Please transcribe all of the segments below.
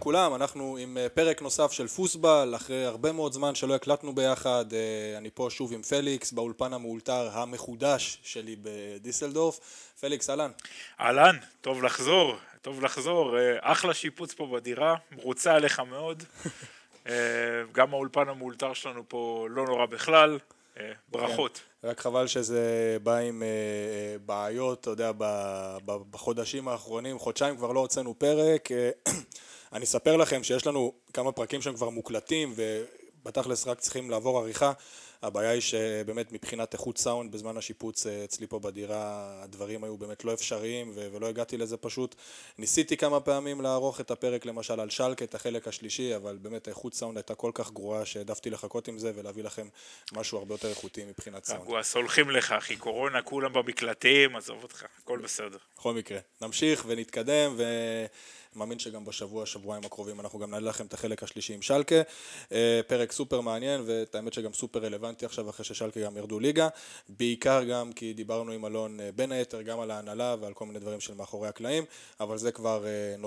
לכולם, אנחנו עם פרק נוסף של פוסבל, אחרי הרבה מאוד זמן שלא הקלטנו ביחד. אני פה שוב עם פליקס, באולפן המאולתר המחודש שלי בדיסלדורף. פליקס, אהלן. אהלן, טוב לחזור, אחלה שיפוץ פה בדירה, מרוצה עליך מאוד. גם האולפן המאולתר שלנו פה לא נורא בכלל, ברכות. רק חבל שזה בא עם בעיות, אתה יודע, בחודשים האחרונים, חודשיים כבר לא הוצאנו פרק. אני אספר לכם שיש לנו כמה פרקים שהם כבר מוקלטים ובתכלס רק צריכים לעבור עריכה. הבעיה היא שבאמת מבחינת איכות סאונד בזמן השיפוץ אצלי פה בדירה הדברים היו באמת לא אפשריים ולא הגעתי לזה פשוט. ניסיתי כמה פעמים לערוך את הפרק למשל על שלקה, את החלק השלישי, אבל באמת האיכות סאונד הייתה כל כך גרועה שהעדפתי לחכות עם זה ולהביא לכם משהו הרבה יותר איכותי מבחינת סאונד. סולחים לך אחי, קורונה, כולם במקלטים, עזוב אותך, הכל בסדר. בכל מקרה, נמשיך ונתקדם מאמין שגם שבועיים הקרובים אנחנו גם נעלה לכם את החלק השלישי עם שלקה, פרק סופר מעניין ואת האמת שגם סופר רלוונטי עכשיו אחרי ששלקה גם ירדו ליגה, בעיקר גם כי דיברנו עם אלון בין היתר גם על ההנהלה ועל כל מיני דברים של מאחורי הקלעים, אבל זה כבר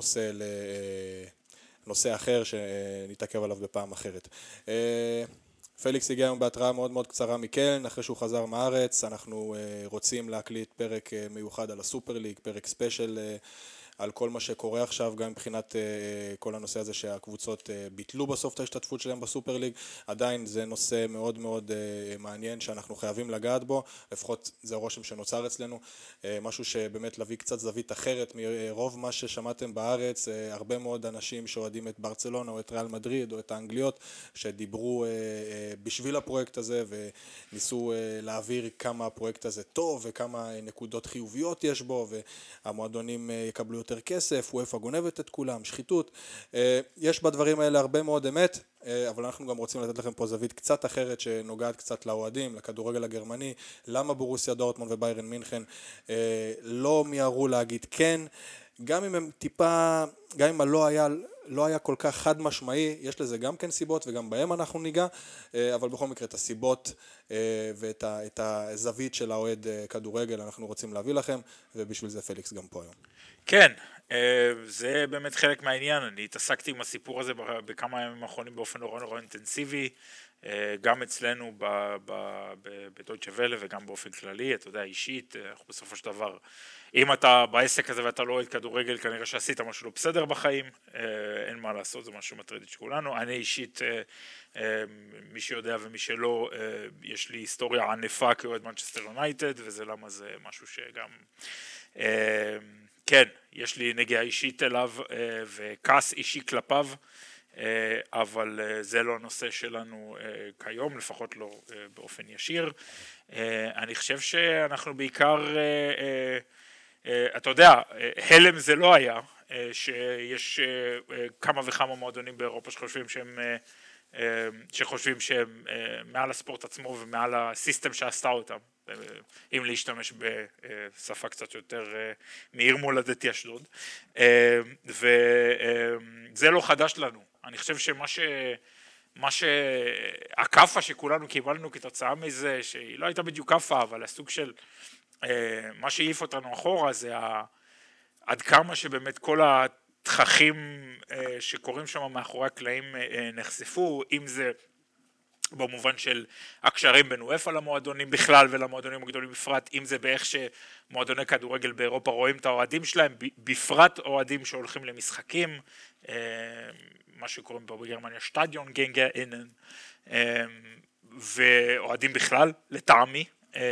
נושא אחר שנתעכב עליו בפעם אחרת. פליקס הגיע היום בהתראה מאוד מאוד קצרה מקלן, אחרי שהוא חזר מארץ, אנחנו רוצים להקליט פרק מיוחד על הסופר ליג, פרק ספיישל על כל מה שקורה עכשיו, גם מבחינת כל הנושא הזה שהקבוצות ביטלו בסוף את ההשתתפות שלהם בסופר ליג, עדיין זה נושא מאוד מאוד מעניין שאנחנו חייבים לגעת בו, לפחות זה הרושם שנוצר אצלנו, משהו שבאמת להביא קצת זווית אחרת מרוב מה ששמעתם בארץ, הרבה מאוד אנשים שאוהדים את ברצלונה או את ריאל מדריד או את האנגליות, שדיברו בשביל הפרויקט הזה וניסו להעביר כמה הפרויקט הזה טוב וכמה נקודות חיוביות יש בו והמועדונים יקבלו יותר כסף, UEFA גונבת את כולם, שחיתות. יש בדברים האלה הרבה מאוד אמת, אבל אנחנו גם רוצים לתת לכם פה זווית קצת אחרת שנוגעת קצת לאוהדים, לכדורגל הגרמני, למה בורוסיה דורטמונד וביירן מינכן לא מיהרו להגיד כן, גם אם הם טיפה, גם אם לא היה כל כך חד משמעי, יש לזה גם כן סיבות וגם בהם אנחנו ניגע, אבל בכל מקרה את הסיבות ואת הזווית של האוהד כדורגל אנחנו רוצים להביא לכם, ובשביל זה פליקס גם פה היום. כן, זה באמת חלק מהעניין, אני התעסקתי עם הסיפור הזה בכמה ימים האחרונים באופן נורא אינטנסיבי, גם אצלנו בדויטשה ולה וגם באופן כללי, אתה יודע, אישית, בסופו של דבר, אם אתה בעסק הזה ואתה לא אוהד כדורגל, כנראה שעשית משהו לא בסדר בחיים, אין מה לעשות, זה משהו מטריד את שכולנו, אני אישית, מי שיודע ומי שלא, יש לי היסטוריה ענפה כאוהד מנצ'סטר יונייטד, וזה למה זה משהו שגם... כן, יש לי נגיעה אישית אליו וכעס אישי כלפיו, אבל זה לא הנושא שלנו כיום, לפחות לא באופן ישיר. אני חושב שאנחנו בעיקר, אתה יודע, הלם זה לא היה, שיש כמה וכמה מועדונים באירופה שחושבים שהם מעל הספורט עצמו ומעל הסיסטם שעשתה אותם. אם להשתמש בשפה קצת יותר מעיר מולדתי אשדוד, וזה לא חדש לנו. אני חושב שמה שהקפה שכולנו קיבלנו כתוצאה מזה, שהיא לא הייתה בדיוק קפה, אבל הסוג של מה שהעיף אותנו אחורה, זה עד כמה שבאמת כל התככים שקורים שם מאחורי הקלעים נחשפו, אם זה במובן של הקשרים בין UEFA למועדונים בכלל ולמועדונים הגדולים בפרט, אם זה באיך שמועדוני כדורגל באירופה רואים את האוהדים שלהם, בפרט אוהדים שהולכים למשחקים, מה שקוראים פה בגרמניה שטדיון גנגר אינן, ואוהדים בכלל, לטעמי,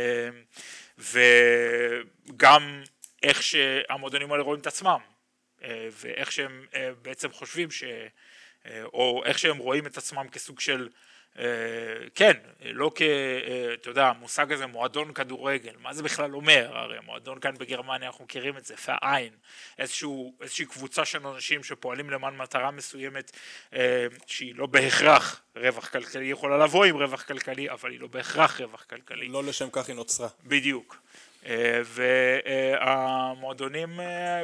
וגם איך שהמועדונים האלה רואים את עצמם, ואיך שהם בעצם חושבים או איך שהם רואים את עצמם כסוג של כן, לא אתה יודע, המושג הזה מועדון כדורגל, מה זה בכלל אומר? הרי המועדון כאן בגרמניה, אנחנו מכירים את זה, פאיין, איזושהי קבוצה של אנשים שפועלים למען מטרה מסוימת, שהיא לא בהכרח רווח כלכלי, היא יכולה לבוא עם רווח כלכלי, אבל היא לא בהכרח רווח כלכלי. לא לשם כך היא נוצרה. בדיוק. והמועדונים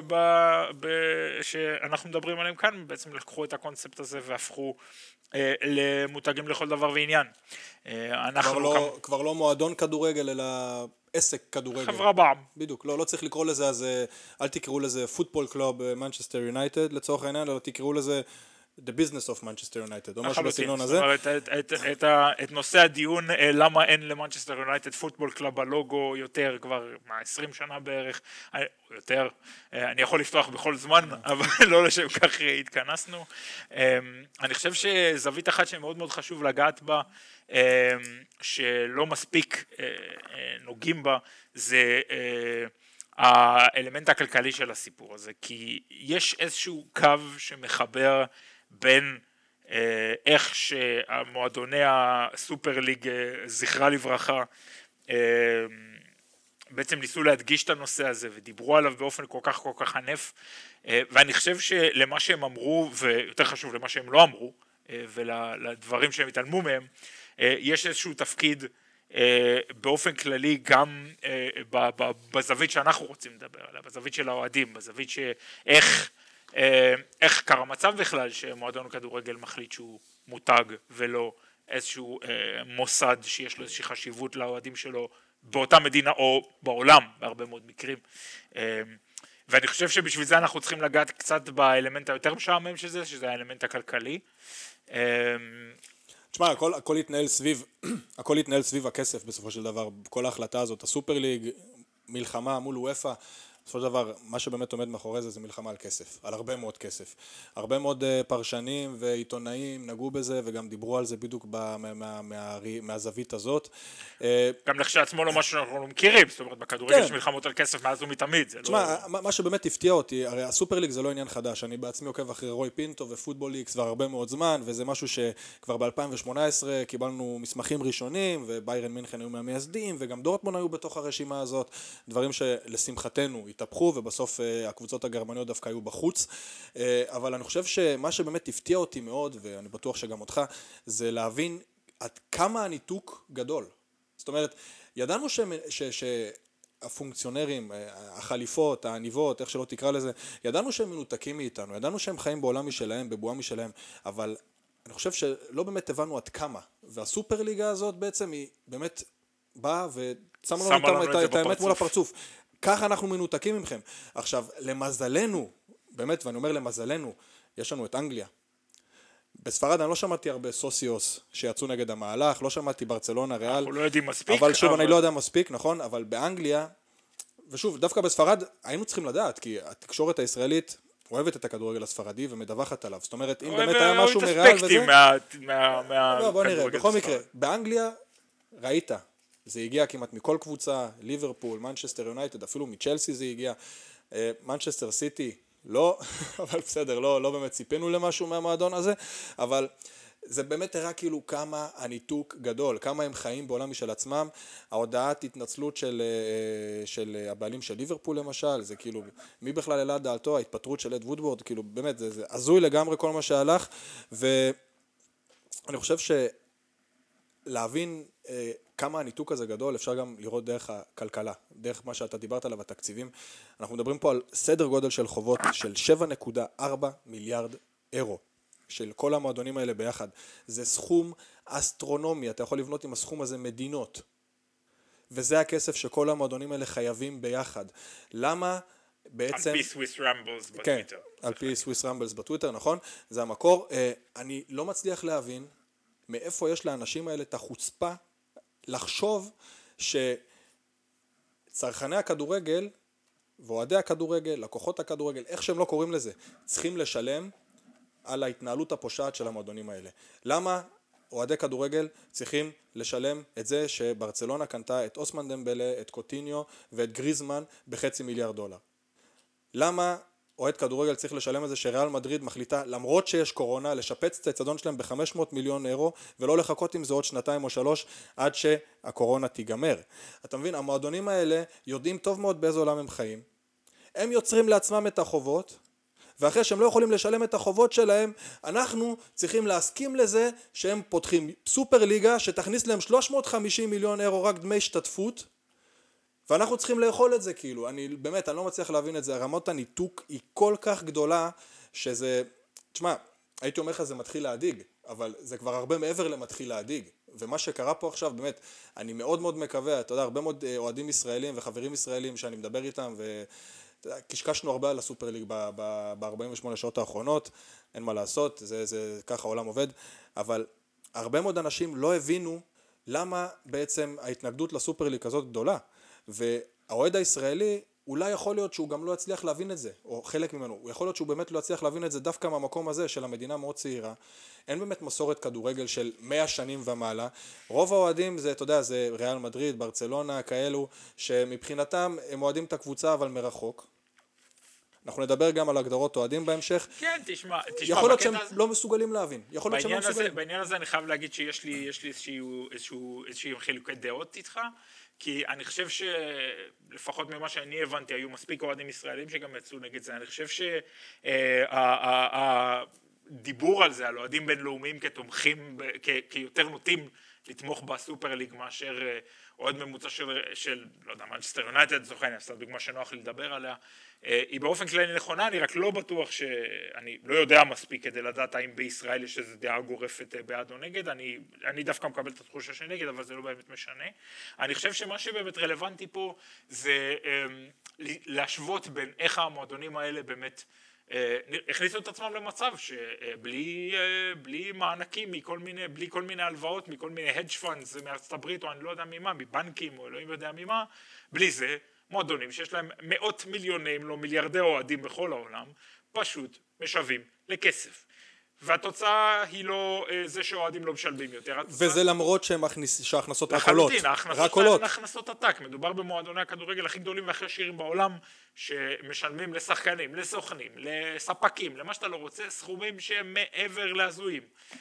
שאנחנו מדברים עליהם כאן בעצם לקחו את הקונספט הזה והפכו למותגים לכל דבר ועניין. כבר לא מועדון כדורגל אלא עסק כדורגל. חברה בעם. בדיוק, לא צריך לקרוא לזה, אז אל תקראו לזה פוטבול קלוב מנצ'סטר יונייטד לצורך העניין, אלא תקראו לזה the business of Manchester United, או משהו לחלוטין, בסגנון זאת הזה. אומרת, את נושא הדיון, למה אין למנצ'סטר יונייטד פוטבול קלאב בלוגו יותר כבר 20 שנה בערך, יותר, אני יכול לפתוח בכל זמן, אבל לא לשם כך התכנסנו. אני חושב שזווית אחת שמאוד מאוד חשוב לגעת בה, שלא מספיק נוגעים בה, זה האלמנט הכלכלי של הסיפור הזה, כי יש איזשהו קו שמחבר בין איך שהמועדוני הסופר ליג, זכרה לברכה, בעצם ניסו להדגיש את הנושא הזה ודיברו עליו באופן כל כך ענף, ואני חושב שלמה שהם אמרו, ויותר חשוב למה שהם לא אמרו, ולדברים שהם התעלמו מהם, יש איזשהו תפקיד באופן כללי גם בזווית שאנחנו רוצים לדבר עליה, בזווית של האוהדים, בזווית איך קרה מצב בכלל שמועדון כדורגל מחליט שהוא מותג ולא איזשהו מוסד שיש לו איזושהי חשיבות לאוהדים שלו באותה מדינה או בעולם בהרבה מאוד מקרים, ואני חושב שבשביל זה אנחנו צריכים לגעת קצת באלמנט היותר משעמם שזה האלמנט הכלכלי. תשמע, הכל יתנהל סביב הכסף בסופו של דבר, כל ההחלטה הזאת, הסופר ליג, מלחמה מול וופא, בסופו של דבר, מה שבאמת עומד מאחורי זה מלחמה על כסף, על הרבה מאוד כסף. הרבה מאוד פרשנים ועיתונאים נגעו בזה וגם דיברו על זה בדיוק מהזווית הזאת. גם לכשעצמו לא משהו שאנחנו לא מכירים, זאת אומרת, בכדורגל יש מלחמות על כסף מאז ומתמיד. תשמע, מה שבאמת הפתיע אותי, הרי הסופר ליג זה לא עניין חדש, אני בעצמי עוקב אחרי רוי פינטו ופוטבול ליג כבר הרבה מאוד זמן, וזה משהו שכבר ב-2018 קיבלנו מסמכים ראשונים, וביירן מינכן היו מהמייסדים, וגם דורטמונד היו בתוך הרשימה הזאת, דברים שלשמחתנו התהפכו, ובסוף הקבוצות הגרמניות דווקא היו בחוץ, אבל אני חושב שמה שבאמת הפתיע אותי מאוד, ואני בטוח שגם אותך, זה להבין עד כמה הניתוק גדול. זאת אומרת, ידענו שהפונקציונרים, החליפות, העניבות, איך שלא תקרא לזה, ידענו שהם מנותקים מאיתנו, ידענו שהם חיים בעולם משלהם, בבועה משלהם, אבל אני חושב שלא באמת הבנו עד כמה, והסופר ליגה הזאת בעצם היא באמת באה ושמה לנו את האמת מול הפרצוף. ככה אנחנו מנותקים ממכם. עכשיו, למזלנו, באמת, ואני אומר למזלנו, יש לנו את אנגליה. בספרד אני לא שמעתי הרבה סוסיוס שיצאו נגד המהלך, לא שמעתי ברצלונה, ריאל. אנחנו לא יודעים מספיק. אבל שוב, אני לא יודע מספיק, נכון? אבל באנגליה, ושוב, דווקא בספרד היינו צריכים לדעת, כי התקשורת הישראלית אוהבת את הכדורגל הספרדי ומדווחת עליו. זאת אומרת, אם באמת היה משהו מריאל וזה... לא, בוא נראה. בכל מקרה, באנגליה ראית, זה הגיע כמעט מכל קבוצה, ליברפול, מנצ'סטר יונייטד, אפילו מצ'לסי זה הגיע, מנצ'סטר סיטי, לא, אבל בסדר, לא באמת ציפינו למשהו מהמועדון הזה, אבל זה באמת הראה כאילו כמה הניתוק גדול, כמה הם חיים בעולם משל עצמם, ההודעת התנצלות של הבעלים של ליברפול למשל, זה כאילו, מי בכלל העלה דעתו, ההתפטרות של אד וודוורד, כאילו באמת, זה הזוי לגמרי כל מה שהלך, ואני חושב שלהבין כמה הניתוק הזה גדול, אפשר גם לראות דרך הכלכלה, דרך מה שאתה דיברת עליו, התקציבים. אנחנו מדברים פה על סדר גודל של חובות של 7.4 מיליארד אירו, של כל המועדונים האלה ביחד. זה סכום אסטרונומי, אתה יכול לבנות עם הסכום הזה מדינות. וזה הכסף שכל המועדונים האלה חייבים ביחד. למה בעצם... על פי סוויס רמבלס בטוויטר. כן, על פי סוויס רמבלס בטוויטר, נכון? זה המקור. אני לא מצליח להבין מאיפה יש לאנשים האלה את החוצפה לחשוב שצרכני הכדורגל ואוהדי הכדורגל, לקוחות הכדורגל, איך שהם לא קוראים לזה, צריכים לשלם על ההתנהלות הפושעת של המועדונים האלה. למה אוהדי כדורגל צריכים לשלם את זה שברצלונה קנתה את אוסמן דמבלה, את קוטיניו ואת גריזמן ב$500 מיליון? למה אוהד כדורגל צריך לשלם את זה שריאל מדריד מחליטה, למרות שיש קורונה, לשפץ את האצטדיון שלהם ב$500 מיליון ולא לחכות עם זה עוד 2 או 3 עד שהקורונה תיגמר? אתה מבין, המועדונים האלה יודעים טוב מאוד באיזה עולם הם חיים, הם יוצרים לעצמם את החובות, ואחרי שהם לא יכולים לשלם את החובות שלהם, אנחנו צריכים להסכים לזה שהם פותחים סופר ליגה שתכניס להם 350 מיליון אירו רק דמי השתתפות, ואנחנו צריכים לאכול את זה כאילו. אני לא מצליח להבין את זה. רמת הניתוק היא כל כך גדולה שזה, תשמע, הייתי אומר לך זה מתחיל להדיג, אבל זה כבר הרבה מעבר למתחיל להדיג. ומה שקרה פה עכשיו, באמת, אני מאוד מאוד מקווה, אתה יודע, הרבה מאוד אוהדים ישראלים וחברים ישראלים שאני מדבר איתם, קשקשנו הרבה על הסופר ליג ב-48 שעות האחרונות, אין מה לעשות, זה ככה העולם עובד, אבל הרבה מאוד אנשים לא הבינו למה בעצם ההתנגדות לסופר ליג כזאת גדולה, והאוהד הישראלי אולי יכול להיות שהוא גם לא יצליח להבין את זה, או חלק ממנו, הוא יכול להיות שהוא באמת לא יצליח להבין את זה דווקא מהמקום הזה של המדינה מאוד צעירה, אין באמת מסורת כדורגל של 100 שנים ומעלה, רוב האוהדים זה, אתה יודע, זה ריאל מדריד, ברצלונה, כאלו, שמבחינתם הם אוהדים את הקבוצה אבל מרחוק. אנחנו נדבר גם על הגדרות אוהדים בהמשך. כן, תשמע, יכול להיות שהם לא מסוגלים להבין. יכול להיות שהם לא מסוגלים. בעניין הזה אני חייב להגיד שיש לי איזשהו חילוקי דעות איתך, כי אני חושב שלפחות ממה שאני הבנתי, היו מספיק אוהדים ישראלים שגם יצאו נגד זה. אני חושב שהדיבור על זה, על אוהדים בינלאומיים כתומכים, כיותר נוטים לתמוך בסופר ליג מאשר אוהד ממוצע של לא יודע, מנצ'סטר יונייטד, זוכר, אני אעשה דוגמה שנוח לי לדבר עליה, היא באופן כללי נכונה, אני רק לא בטוח שאני לא יודע מספיק כדי לדעת האם בישראל יש איזו דעה גורפת בעד או נגד, אני דווקא מקבל את התחושה שנגד, אבל זה לא באמת משנה. אני חושב שמה שבאמת רלוונטי פה זה להשוות בין איך המועדונים האלה באמת הכניסו את עצמם למצב שבלי מענקים, בלי כל מיני הלוואות, מכל מיני hedge funds מארצות הברית או אני לא יודע ממה, מבנקים או אלוהים יודע ממה, בלי זה מועדונים שיש להם מאות מיליוני אם לא מיליארדי אוהדים בכל העולם פשוט משווים לכסף, והתוצאה היא לא זה שאוהדים לא משלמים יותר. וזה למרות שההכנסות רק עולות. לחלוטין, הכנסות עתק. מדובר במועדוני הכדורגל הכי גדולים והכי עשירים בעולם, שמשלמים לשחקנים, לסוכנים, לספקים, למה שאתה לא רוצה, סכומים שהם מעבר להזויים.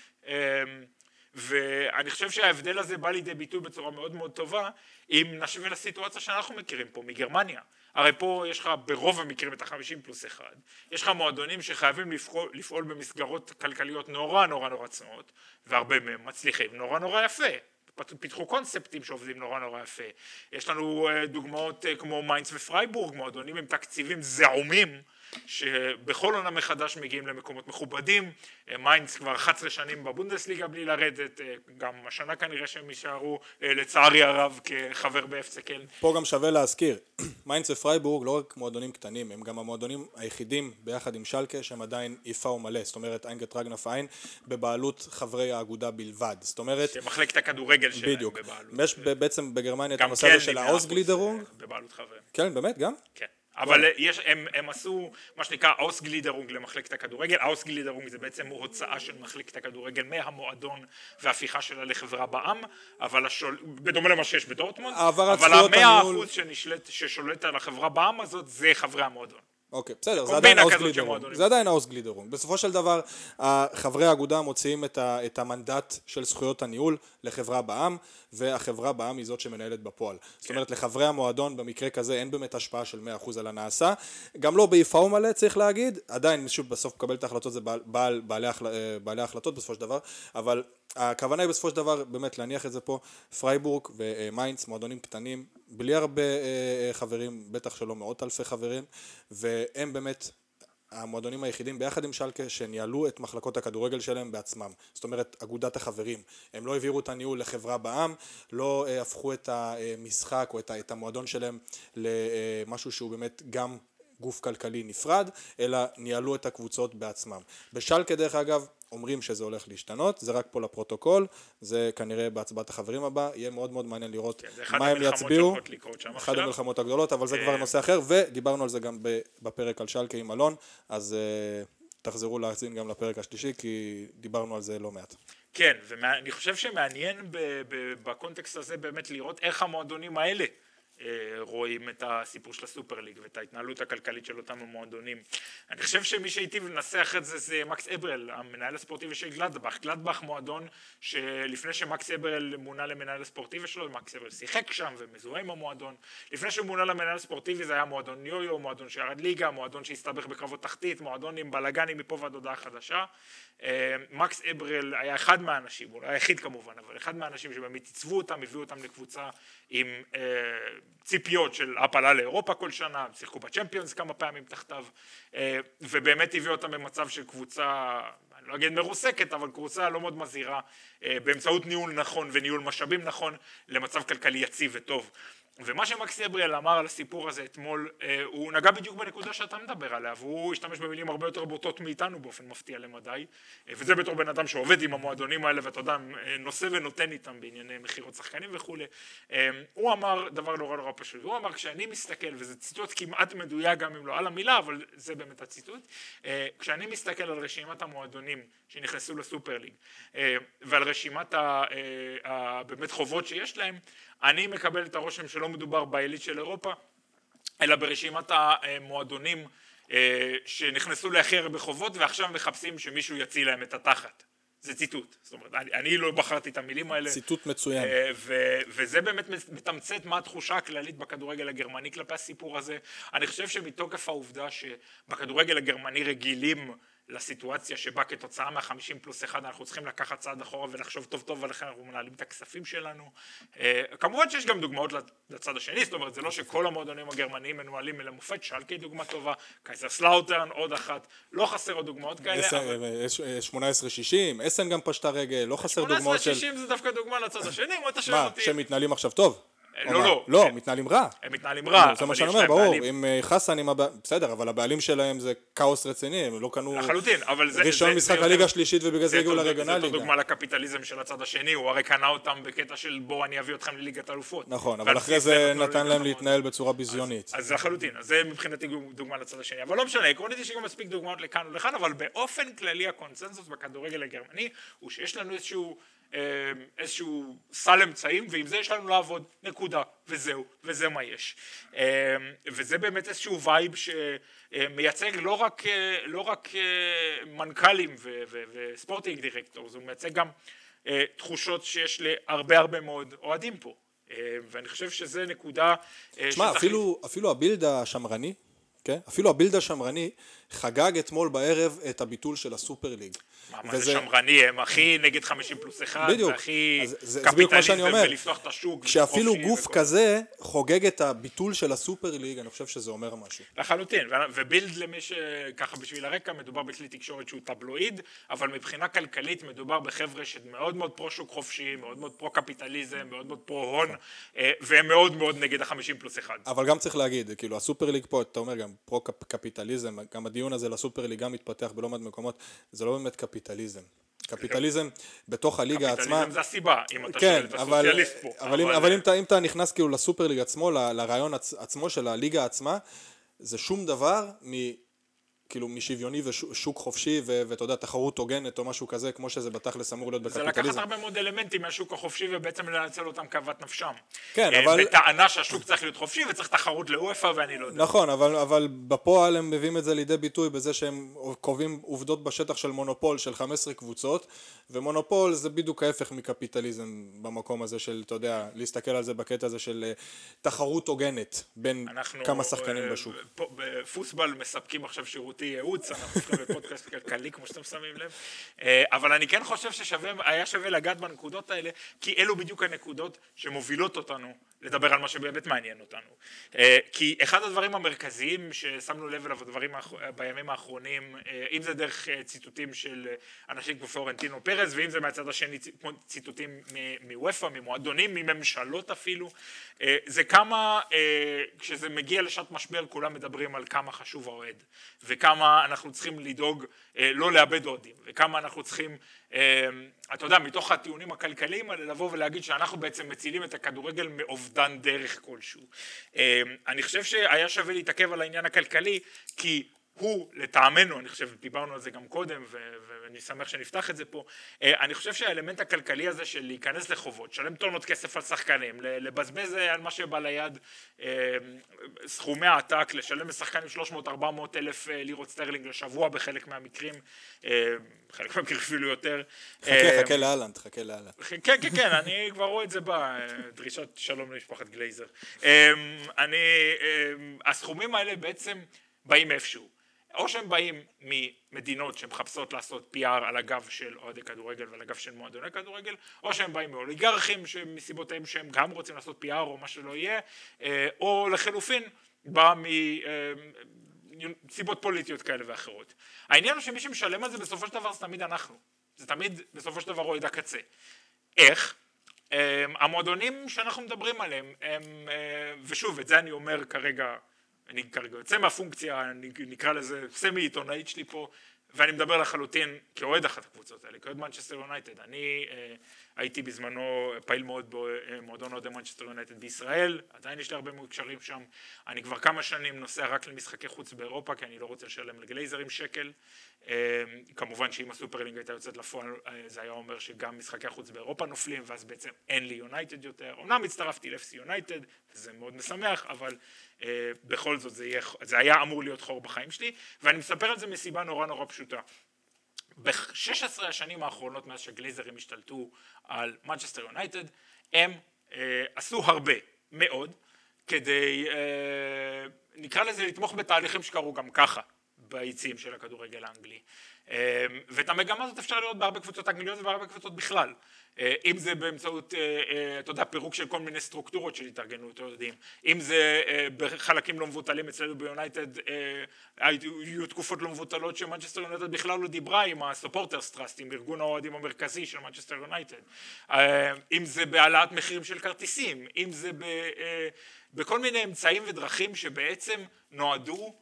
ואני חושב שההבדל הזה בא לידי ביטוי בצורה מאוד מאוד טובה, אם נשווה לסיטואציה שאנחנו מכירים פה, מגרמניה. הרי פה יש לך ברוב המקרים את ה-50+1, יש לך מועדונים שחייבים לפעול במסגרות כלכליות נורא צנועות, והרבה מהם מצליחים נורא יפה, פיתחו קונספטים שעובדים נורא יפה. יש לנו דוגמאות כמו מיינץ ופרייבורג, מועדונים עם תקציבים זעומים, שבכל עונה מחדש מגיעים למקומות מכובדים. מיינץ כבר 11 שנים בבונדסליגה בלי לרדת, גם השנה כנראה שהם יישארו לצערי הרב כחבר ב-FC קלן. פה גם שווה להזכיר, מיינץ ופרייבורג לא רק מועדונים קטנים, הם גם המועדונים היחידים ביחד עם שלקה שהם עדיין איפה ומלא, זאת אומרת איינגט רגנף איין בבעלות חברי האגודה בלבד, זאת אומרת שמחלקת הכדורגל שלהם בדיוק. בבעלות. יש בעצם בגרמניה את הנושא הזה של האוסגלידרונג. בבעלות חברים. כן, באמת גם? כן. אבל הם עשו מה שנקרא אוסגלידרונג למחלקת הכדורגל. האוסגלידרונג זה בעצם הוצאה של מחלקת הכדורגל מהמועדון והפיכה שלה לחברה בעם, אבל בדומה למה שיש בדורטמונד, אבל 100% ששולט על החברה בעם הזאת זה חברי המועדון. אוקיי, בסדר, זה עדיין האוסגלידרונג. בסופו של דבר, חברי האגודה מוציאים את המנדט של זכויות הניהול לחברה בעם, והחברה בעם היא זאת שמנהלת בפועל. זאת אומרת, לחברי המועדון במקרה כזה אין באמת השפעה של 100% על הנעשה. גם לא באיפה ומלא צריך להגיד, עדיין שוב בסוף מקבל את ההחלטות זה בעלי ההחלטות בסופו של דבר, אבל הכוונה היא בסופו של דבר באמת להניח את זה פה, פרייבורג ומיינץ, מועדונים קטנים, בלי הרבה חברים, בטח שלא מאות אלפי חברים, והם באמת המועדונים היחידים ביחד עם שלקה שניהלו את מחלקות הכדורגל שלהם בעצמם, זאת אומרת אגודת החברים, הם לא העבירו את הניהול לחברה בעם, לא הפכו את המשחק או את המועדון שלהם למשהו שהוא באמת גם גוף כלכלי נפרד, אלא ניהלו את הקבוצות בעצמם. בשלקה דרך אגב אומרים שזה הולך להשתנות, זה רק פה לפרוטוקול, זה כנראה בהצבעת החברים הבא, יהיה מאוד מאוד מעניין לראות מה הם יצביעו, אחד המלחמות הגדולות, אבל זה כבר נושא אחר, ודיברנו על זה גם בפרק על שלקה עם אלון, אז תחזרו להאזין גם לפרק השלישי, כי דיברנו על זה לא מעט. כן, ואני חושב שמעניין בקונטקסט הזה באמת לראות איך המועדונים האלה רואים את הסיפור של הסופר ליג ואת ההתנהלות הכלכלית של אותם המועדונים. אני חושב שמי שהיטיב לנסח את זה זה מקס אברל, המנהל הספורטיבי של גלדבך. גלדבך מועדון שלפני שמקס אברל מונה למנהל הספורטיבי שלו, מקס אברל שיחק שם ומזוהה עם המועדון. לפני שהוא מונה למנהל הספורטיבי זה היה מועדון יו-יו, מועדון שירד ליגה, מועדון שהסתבך בקרבות תחתית, מועדון עם בלגנים מפה ועד הודעה חדשה. מקס אברל היה אחד מהאנשים, אולי היחיד כמובן, אבל אחד מהאנשים שבאמת עיצבו אותם, הביאו אותם לקבוצה עם ציפיות של הפלה לאירופה כל שנה, שיחקו בצ'מפיונס כמה פעמים תחתיו, ובאמת הביאו אותם במצב של קבוצה, אני לא אגיד מרוסקת, אבל קבוצה לא מאוד מזהירה, באמצעות ניהול נכון וניהול משאבים נכון, למצב כלכלי יציב וטוב. ומה שמקס אבריאל אמר על הסיפור הזה אתמול, הוא נגע בדיוק בנקודה שאתה מדבר עליה, והוא השתמש במילים הרבה יותר בוטות מאיתנו באופן מפתיע למדי, וזה בתור בן אדם שעובד עם המועדונים האלה, ואתה יודע, נושא ונותן איתם בענייני מחירות שחקנים וכו'. הוא אמר דבר נורא פשוט, הוא אמר כשאני מסתכל, וזה ציטוט כמעט מדויק גם אם לא על המילה, אבל זה באמת הציטוט, כשאני מסתכל על רשימת המועדונים שנכנסו לסופר ליג, ועל רשימת באמת חובות שיש להם, אני מקבל את הרושם שלא מדובר בעילית של אירופה, אלא ברשימת המועדונים שנכנסו להכי הרבה חובות ועכשיו מחפשים שמישהו יציל להם את התחת. זה ציטוט. זאת אומרת, אני לא בחרתי את המילים האלה. ציטוט מצוין. וזה באמת מתמצת מה התחושה הכללית בכדורגל הגרמני כלפי הסיפור הזה. אני חושב שמתוקף העובדה שבכדורגל הגרמני רגילים לסיטואציה שבה כתוצאה מה-50+1 אנחנו צריכים לקחת צעד אחורה ולחשוב טוב טוב ולכן אנחנו מנהלים את הכספים שלנו. כמובן שיש גם דוגמאות לצד השני, זאת אומרת זה לא שכל המועדונים הגרמניים מנוהלים למופת, שלקי דוגמה טובה, קייזרסלאוטרן עוד אחת, לא חסר עוד דוגמאות כאלה. 18-60, אסן גם פשטה רגל, לא חסר דוגמאות של... 18-60 זה דווקא דוגמה לצד השני, מה אתה שואל אותי? שהם מתנהלים עכשיו טוב? לא, מתנהלים רע. הם מתנהלים רע. זה מה שאני אומר, ברור, עם חסן, בסדר, אבל הבעלים שלהם זה כאוס רציני, הם לא קנו לחלוטין, אבל זה ראשון משחק הליגה השלישית ובגלל זה הגיעו לרגונלית. זה דוגמה לקפיטליזם של הצד השני, הוא הרי קנה אותם בקטע של בוא אני אביא אתכם לליגת אלופות. נכון, אבל אחרי זה נתן להם להתנהל בצורה ביזיונית. אז לחלוטין, אז זה מבחינתי דוגמה לצד השני, אבל לא משנה, עקרונית יש גם מספיק דוגמאות לכאן ולכאן, אבל באופן כללי הקונסנזוס בכדורגל הגרמני הוא שיש לנו איזשהו סל אמצעים, ועם זה יש לנו לעבוד, נקודה, וזהו, וזה מה יש. וזה באמת איזשהו וייב שמייצג לא רק מנכ"לים וספורטינג דירקטור, זה מייצג גם תחושות שיש להרבה מאוד אוהדים פה. ואני חושב שזה נקודה... תשמע, אפילו הבילד השמרני, אפילו הבילד השמרני חגג אתמול בערב את הביטול של הסופר ליג. מה זה שמרני? הם הכי נגד 50+1, והכי קפיטליזם ולפתוח את השוק. כשאפילו גוף כזה חוגג את הביטול של הסופר ליג, אני חושב שזה אומר משהו. לחלוטין, ובילד למי שככה בשביל הרקע, מדובר בכלי תקשורת שהוא טבלואיד, אבל מבחינה כלכלית מדובר בחבר'ה שמאוד מאוד פרו שוק חופשי, מאוד מאוד פרו קפיטליזם, מאוד מאוד פרו הון, והם מאוד מאוד נגד ה-50+1. אבל גם צריך להגיד, כאילו הסופר ליג פה, אתה אומר גם פרו קפיטליזם, גם הדיון הזה לסופר ליג גם מתפתח בלא מעט מקומות, זה לא באמת קפיטליזם. קפיטליזם בתוך הליגה עצמה. קפיטליזם זה הסיבה, אם אתה שואל את הסוציאליסט פה. אבל אם אתה נכנס כאילו לסופר ליג עצמו, לרעיון עצמו של הליגה עצמה, זה שום דבר כאילו משוויוני ושוק חופשי ואתה יודע, תחרות הוגנת או משהו כזה, כמו שזה בתכלס אמור להיות בקפיטליזם. זה לקחת הרבה מאוד אלמנטים מהשוק החופשי ובעצם לנצל אותם כאוות נפשם. כן, אבל... בטענה שהשוק צריך להיות חופשי וצריך תחרות לאופה ואני לא יודע. נכון, אבל בפועל הם מביאים את זה לידי ביטוי בזה שהם קובעים עובדות בשטח של מונופול של 15 קבוצות, ומונופול זה בדיוק ההפך מקפיטליזם במקום הזה של, אתה יודע, להסתכל על זה בקטע הזה של תחרות הוגנת בין כמה שחקנים בשוק. בפוסבל מספקים עכשיו שירותי ייעוץ, אנחנו הולכים לפודקאסט כלכלי כמו שאתם שמים לב, אבל אני כן חושב שהיה שווה לגעת בנקודות האלה, כי אלו בדיוק הנקודות שמובילות אותנו לדבר על מה שבאמת מעניין אותנו. כי אחד הדברים המרכזיים ששמנו לב אליו בימים האחרונים, אם זה דרך ציטוטים של אנשים כמו פלורנטינו פרז, ואם זה מהצד השני ציטוטים מוופא, ממועדונים, מממשלות אפילו, זה כמה, כשזה מגיע לשעת משבר, כולם מדברים על כמה חשוב האוהד, וכמה אנחנו צריכים לדאוג לא לאבד אוהדים, וכמה אנחנו צריכים, אתה יודע, מתוך הטיעונים הכלכליים האלה, לבוא ולהגיד שאנחנו בעצם מצילים את הכדורגל מאובדן דרך כלשהו. אני חושב שהיה שווה להתעכב על העניין הכלכלי, כי הוא, לטעמנו, אני חושב, דיברנו על זה גם קודם, ואני שמח שנפתח את זה פה, אני חושב שהאלמנט הכלכלי הזה של להיכנס לחובות, שלם טונות כסף על שחקנים, לבזבז על מה שבא ליד, סכומי העתק, לשלם לשחקנים 300-400 אלף לירות סטרלינג לשבוע בחלק מהמקרים, חלק מהמקרים אפילו יותר. חכה לאלנד. כן, אני כבר רואה את זה בדרישת שלום למשפחת גלייזר. הסכומים האלה בעצם באים איפשהו. או שהם באים ממדינות שמחפשות לעשות PR על הגב של אוהדי כדורגל ועל הגב של מועדוני כדורגל, או שהם באים מאוליגרכים שמסיבותיהם שהם גם רוצים לעשות PR או מה שלא יהיה, או לחלופין בא מסיבות פוליטיות כאלה ואחרות. העניין הוא שמי שמשלם על זה בסופו של דבר זה תמיד אנחנו. זה תמיד בסופו של דבר אוהד הקצה. איך? המועדונים שאנחנו מדברים עליהם, ושוב, את זה אני אומר כרגע, אני כרגע יוצא מהפונקציה, נקרא לזה סמי עיתונאית שלי פה, ואני מדבר לחלוטין כאוהד אחת הקבוצות האלה, כאוהד מנצ'סטר יונייטד. אני הייתי בזמנו פעיל מאוד במועדון אוהדי מנצ'סטר יונייטד בישראל, עדיין יש לי הרבה מאוד קשרים שם. אני כבר כמה שנים נוסע רק למשחקי חוץ באירופה, כי אני לא רוצה לשלם לגלייזרים שקל. כמובן שאם הסופרלינג הייתה יוצאת לפועל, זה היה אומר שגם משחקי החוץ באירופה נופלים, ואז בעצם אין לי יונייטד יותר. אמנם הצטרפתי ל-FC יונייטד, וזה מאוד משמח, אבל בכל זאת זה היה אמור להיות חור בחיים שלי, ואני מספר על זה מסיבה נורא פשוטה. ב-16 השנים האחרונות מאז שגלייזרים השתלטו על מנצ'סטר יונייטד, הם עשו הרבה מאוד כדי, נקרא לזה, לתמוך בתהליכים שקרו גם ככה ביציעים של הכדורגל האנגלי. ואת המגמה הזאת אפשר לראות בהרבה קבוצות אנגליות ובהרבה קבוצות בכלל. אם זה באמצעות, אתה יודע, פירוק של כל מיני סטרוקטורות של התארגנות, יודעים. אם זה בחלקים לא מבוטלים אצלנו ביונייטד, היו תקופות לא מבוטלות שמנצ'סטר יונייטד בכלל לא דיברה עם הסופורטרס טראסט, עם ארגון האוהדים המרכזי של מנצ'סטר יונייטד. אם זה בהעלאת מחירים של כרטיסים, אם זה בכל מיני אמצעים ודרכים שבעצם נועדו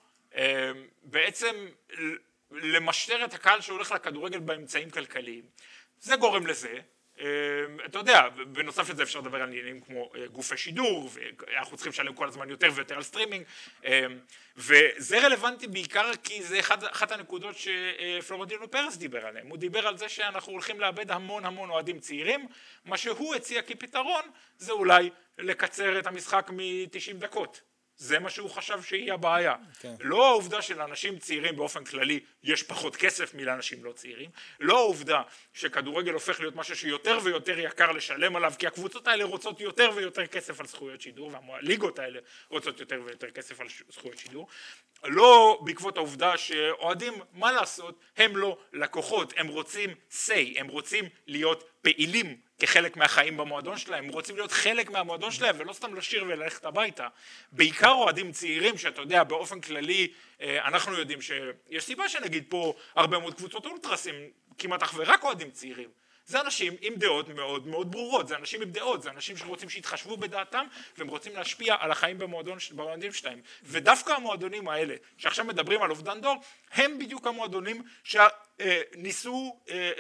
בעצם למשטר את הקהל שהולך לכדורגל באמצעים כלכליים. זה גורם לזה, אתה יודע, בנוסף לזה אפשר לדבר על עניינים כמו גופי שידור, ואנחנו צריכים לשלם כל הזמן יותר ויותר על סטרימינג, וזה רלוונטי בעיקר כי זה אחת הנקודות שפלורנטינו פרס דיבר עליהן. הוא דיבר על זה שאנחנו הולכים לאבד המון אוהדים צעירים, מה שהוא הציע כפתרון זה אולי לקצר את המשחק מ-90 דקות. זה מה שהוא חשב שהיא הבעיה. כן. לא העובדה שלאנשים צעירים באופן כללי יש פחות כסף מלאנשים לא צעירים, לא העובדה שכדורגל הופך להיות משהו שיותר ויותר יקר לשלם עליו, כי הקבוצות האלה רוצות יותר ויותר כסף על זכויות שידור, והליגות האלה רוצות יותר ויותר כסף על זכויות שידור, לא בעקבות העובדה שאוהדים, מה לעשות, הם לא לקוחות, הם רוצים say, הם רוצים להיות פעילים כחלק מהחיים במועדון שלהם, הם רוצים להיות חלק מהמועדון שלהם ולא סתם לשיר וללכת הביתה. בעיקר אוהדים צעירים שאתה יודע באופן כללי, אנחנו יודעים שיש סיבה שנגיד פה הרבה מאוד קבוצות אולטרסים, כמעט אך ורק אוהדים צעירים. זה אנשים עם דעות מאוד ברורות, זה אנשים עם דעות, זה אנשים שרוצים שיתחשבו בדעתם והם רוצים להשפיע על החיים במועדונים שלהם. ודווקא המועדונים האלה שעכשיו מדברים על אובדן דור, הם בדיוק המועדונים שניסו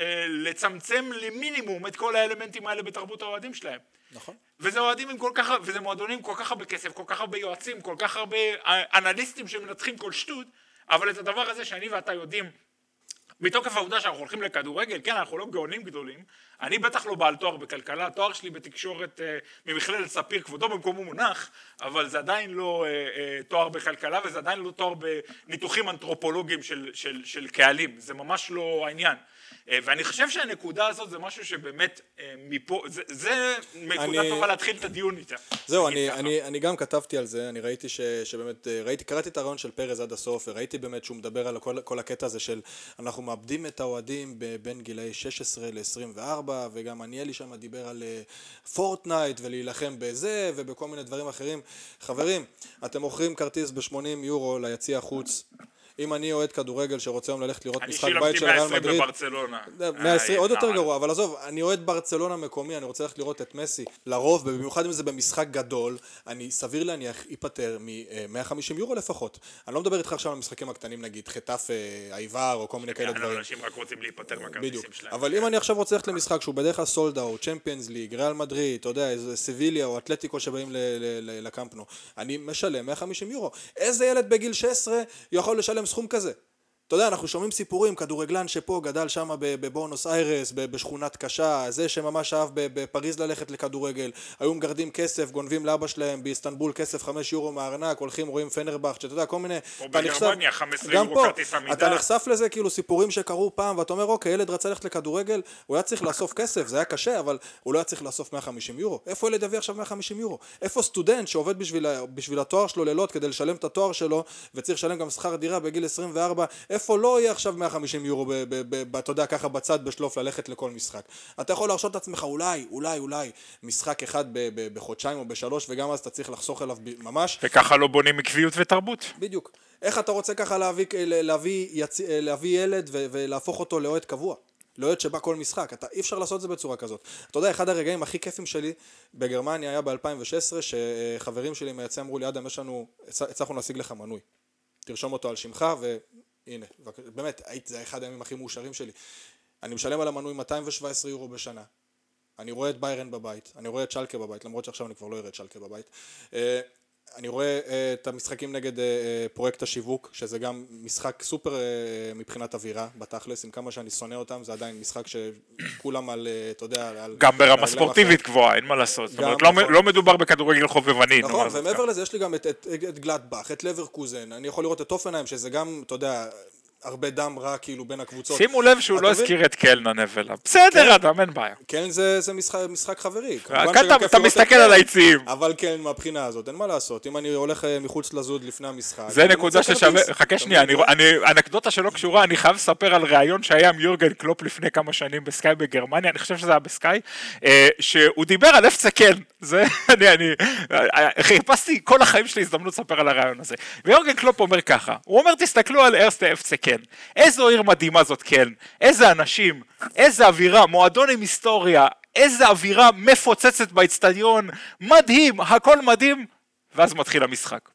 לצמצם למינימום את כל האלמנטים האלה בתרבות האוהדים שלהם. נכון. וזה מועדונים כל כך הרבה כסף, כל כך הרבה יועצים, כל כך הרבה אנליסטים שמנתחים כל שטות, אבל את הדבר הזה שאני ואתה יודעים, מתוקף העובדה שאנחנו הולכים לכדורגל, כן, אנחנו לא גאונים גדולים, אני בטח לא בעל תואר בכלכלה, התואר שלי בתקשורת ממכללת ספיר, כבודו במקומו מונח, אבל זה עדיין לא תואר בכלכלה, וזה עדיין לא תואר בניתוחים אנתרופולוגיים של קהלים, זה ממש לא העניין. ואני חושב שהנקודה הזאת זה משהו שבאמת מפה, זה נקודה טובה להתחיל את הדיון איתה. זהו, אני גם כתבתי על זה, אני ראיתי שבאמת, קראתי את הרעיון של פרז עד הסוף, וראיתי באמת שהוא מדבר על כל הקטע הזה של אנחנו מאבדים את האוהדים בין גילאי 16 ל-24, וגם עניאלי שם דיבר על פורטנייט ולהילחם בזה ובכל מיני דברים אחרים. חברים, אתם מוכרים כרטיס ב-80 יורו ליציע החוץ, אם אני אוהד כדורגל שרוצה היום ללכת לראות משחק בית של ריאל מדריד, 120 עוד יותר גרוע, אבל עזוב, אני אוהד ברצלונה מקומי, אני רוצה ללכת לראות את מסי, לרוב, במיוחד אם זה במשחק גדול, אני סביר להניח ייפטר מ-150 יורו לפחות. אני לא מדבר איתך עכשיו על המשחקים הקטנים, נגיד חטף האיבר או כל מיני כאלה דברים. אנשים רק רוצים להיפטר מהכרטיסים שלהם. אבל אם אני עכשיו רוצה ללכת למשחק שהוא בדרך כלל סולד אאוט, צ'מפיונס ליג, ריאל מדריד, אתה יודע, סביליה או אתלטיקו שבאים לקמפנו, אני משלם 150 יורו. איזה ילד בגיל 16 יכול לשלם סכום כזה? אתה יודע, אנחנו שומעים סיפורים, כדורגלן שפה גדל שם בבונוס איירס, בשכונת קשה, זה שממש אהב בפריז ללכת לכדורגל, היו מגרדים כסף, גונבים לאבא שלהם באיסטנבול כסף 5 יורו מהארנק, הולכים רואים פנרבך, שאתה יודע, כל מיני... או בגרמניה 15 יורו כרטיס עמידה. אתה נחשף לזה כאילו סיפורים שקרו פעם, ואתה אומר, אוקיי, ילד רצה ללכת לכדורגל, הוא היה צריך לאסוף כסף, זה היה קשה, אבל הוא לא היה צריך לאסוף 150 יורו. איפה ילד יביא עכשיו 150 יורו? איפה סטודנט שעובד בשביל התואר שלו לילות כדי לשלם את התואר שלו, וצריך לשלם גם שכר דירה בגיל 24, איפה לא יהיה עכשיו 150 יורו, אתה יודע, ככה בצד בשלוף ללכת לכל משחק. אתה יכול להרשות את עצמך אולי משחק אחד בחודשיים או בשלוש, וגם אז אתה צריך לחסוך אליו ממש. וככה לא בונים עקביות ותרבות. בדיוק. איך אתה רוצה ככה להביא ילד ולהפוך אותו לאוהד קבוע? לא להיות שבא כל משחק, אי אפשר לעשות את זה בצורה כזאת. אתה יודע, אחד הרגעים הכי כיפים שלי בגרמניה היה ב-2016, שחברים שלי מייצא אמרו לי, אדם, הצלחנו להשיג לך מנוי. תרשום אותו על שמך, והנה, באמת, זה אחד הימים הכי מאושרים שלי. אני משלם על המנוי 217 יורו בשנה. אני רואה את ביירן בבית, אני רואה את שלקה בבית, למרות שעכשיו אני כבר לא אראה את שלקה בבית. אני רואה את המשחקים נגד פרויקט השיווק, שזה גם משחק סופר מבחינת אווירה, בתכלס, עם כמה שאני שונא אותם, זה עדיין משחק שכולם על, אתה יודע, גם ברמה ספורטיבית גבוהה, אין מה לעשות. זאת אומרת, לא מדובר בכדורגל חובבני. נכון, ומעבר לזה יש לי גם את גלאדבך, את לברקוזן, אני יכול לראות את אופנהיים, שזה גם, אתה יודע, הרבה דם רע כאילו בין הקבוצות. שימו לב שהוא לא הזכיר את קלן הנבלה. בסדר, אדם, אין בעיה. קלן זה משחק חברי. אתה מסתכל על היציעים. אבל קלן מהבחינה הזאת, אין מה לעשות. אם אני הולך מחוץ לזוד לפני המשחק. זה נקודה ששווה, חכה שנייה, אנקדוטה שלא קשורה, אני חייב לספר על ראיון שהיה עם יורגן קלופ לפני כמה שנים בסקאי בגרמניה, אני חושב שזה היה בסקאי, שהוא דיבר על אפצה קלן. זה, אני חיפשתי כל החיים שלי הזדמנות לספר על הראיון הזה. ויורגן קלופ אומר ככה, הוא אומר, תסתכלו על ארסטה אפצה קלן. איזו עיר מדהימה זאת קלן, איזה אנשים, איזה אווירה, מועדון עם היסטוריה, איזה אווירה מפוצצת באצטדיון, מדהים, הכל מדהים, ואז מתחיל המשחק.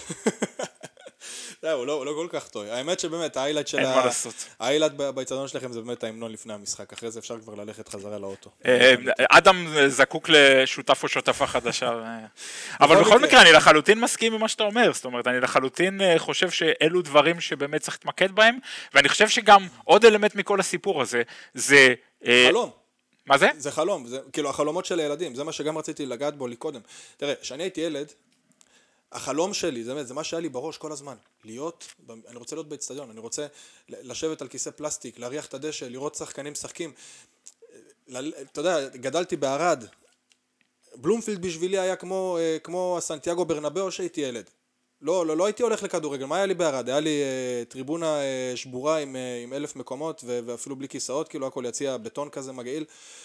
הוא לא כל כך טוב. האמת שבאמת, האיילייט באצטדיון שלכם זה באמת ההמנון לפני המשחק, אחרי זה אפשר כבר ללכת חזרה לאוטו. אדם זקוק לשותף או שותפה חדשה. אבל בכל מקרה, אני לחלוטין מסכים עם מה שאתה אומר, זאת אומרת, אני לחלוטין חושב שאלו דברים שבאמת צריך להתמקד בהם, ואני חושב שגם עוד אלמנט מכל הסיפור הזה, זה... חלום. מה זה? זה חלום, זה כאילו החלומות של הילדים, זה מה שגם רציתי לגעת בו לי קודם. תראה, כשאני הייתי ילד, החלום שלי, זה מה שהיה לי בראש כל הזמן, אני רוצה להיות באצטדיון, אני רוצה לשבת על כיסא פלסטיק, להריח את הדשא, לראות שחקנים משחקים. אתה יודע, גדלתי בערד, בלומפילד בשבילי היה כמו סנטיאגו ברנבאו שהייתי ילד. לא הייתי הולך לכדורגל, מה היה לי בערד? היה לי טריבונה שבורה עם 1,000 מקומות ואפילו בלי כיסאות, כאילו הכל יציע בטון כזה מגעיל.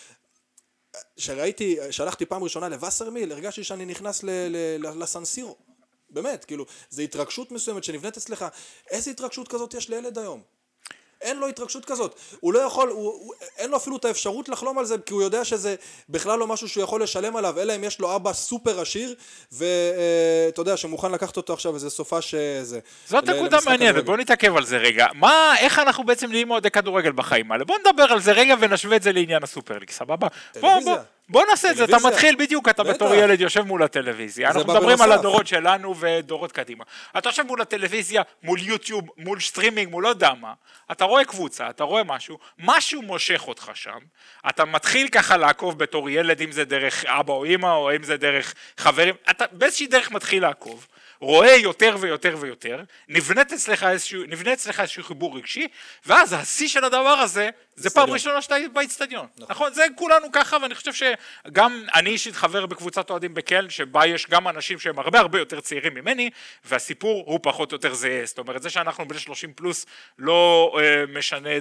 שלחתי פעם ראשונה לווסרמיל, הרגשתי שאני נכנס לסנסירו. באמת, כאילו, זו התרגשות מסוימת שנבנית אצלך. איזה התרגשות כזאת יש לילד היום? אין לו התרגשות כזאת. הוא לא יכול, אין לו אפילו את האפשרות לחלום על זה, כי הוא יודע שזה בכלל לא משהו שהוא יכול לשלם עליו, אלא אם יש לו אבא סופר עשיר, ואתה יודע, שמוכן לקחת אותו עכשיו, וזה סופה שזה. זאת נקודה מעניינת, בוא נתעכב על זה רגע. איך אנחנו בעצם נהיים עוד כדורגל בחיים האלה? בוא נדבר על זה רגע ונשווה את זה לעניין הסופרליג, סבבה? בוא נעשה את זה, אתה מתחיל בדיוק, אתה בתור ילד יושב מול הטלוויזיה, אנחנו מדברים על הדורות שלנו ודורות קדימה. אתה יושב מול הטלוויזיה, מול יוטיוב, מול סטרימינג, מול לא יודע מה, אתה רואה קבוצה, אתה רואה משהו מושך אותך שם, אתה מתחיל ככה לעקוב בתור ילד, אם זה דרך אבא או אמא, או אם זה דרך חברים, אתה באיזושהי דרך מתחיל לעקוב, רואה יותר ויותר ויותר, נבנה אצלך איזשהו חיבור רגשי, ואז השיא של הדבר הזה, זה פעם ראשונה שאתה באצטדיון. נכון? זה כולנו ככה, ואני חושב שגם אני אישית חבר בקבוצת אוהדים בקלן, שבה יש גם אנשים שהם הרבה יותר צעירים ממני, והסיפור הוא פחות או יותר זהה. זאת אומרת, זה שאנחנו בני 30 פלוס לא משנה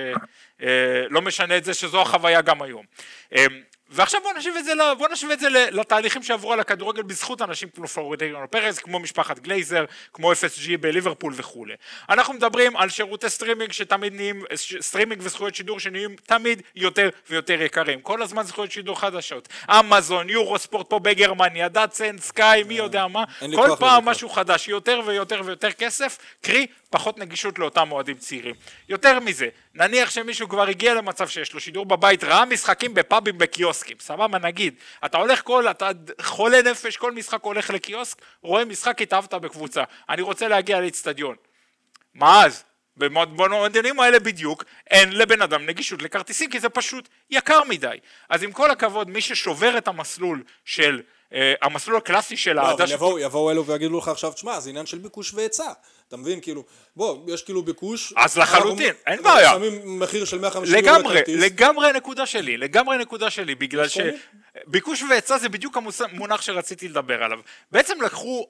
את זה שזו החוויה גם היום. ועכשיו בוא נשווה את זה לתהליכים שעברו על הכדורגל בזכות אנשים כמו פלורנטינו פרז, כמו משפחת גלייזר, כמו FSG בליברפול וכו'. אנחנו מדברים על שירותי סטרימינג שתמיד נהיים, סטרימינג וזכויות שידור שנהיים תמיד יותר ויותר יקרים. כל הזמן זכויות שידור חדשות. אמזון, יורוספורט פה בגרמניה, דאטסן, סקאי, מי יודע מה. כל פעם משהו חדש, יותר ויותר ויותר כסף, קרי פחות נגישות לאותם מועדים צעירים. יותר מזה, נניח שמישהו כבר הגיע למצב שיש לו שידור בבית, ראה משחקים בפאבים בקיוסקים, סבבה נגיד, אתה חולה נפש, כל משחק הולך לקיוסק, רואה משחק התאהבת בקבוצה, אני רוצה להגיע לאצטדיון. מה אז? במועדונים האלה בדיוק, אין לבן אדם נגישות לכרטיסים, כי זה פשוט יקר מדי. אז עם כל הכבוד, מי ששובר את המסלול של המסלול הקלאסי של העדה... יבואו אלו ויגידו לך עכשיו, תשמע, זה עניין של ביקוש והיצע. אתה מבין, כאילו, יש כאילו ביקוש... אז לחלוטין, אין בעיה. שמים מחיר של 150 יורו לכרטיס. לגמרי נקודה שלי, בגלל שביקוש והיצע זה בדיוק המונח שרציתי לדבר עליו. בעצם לקחו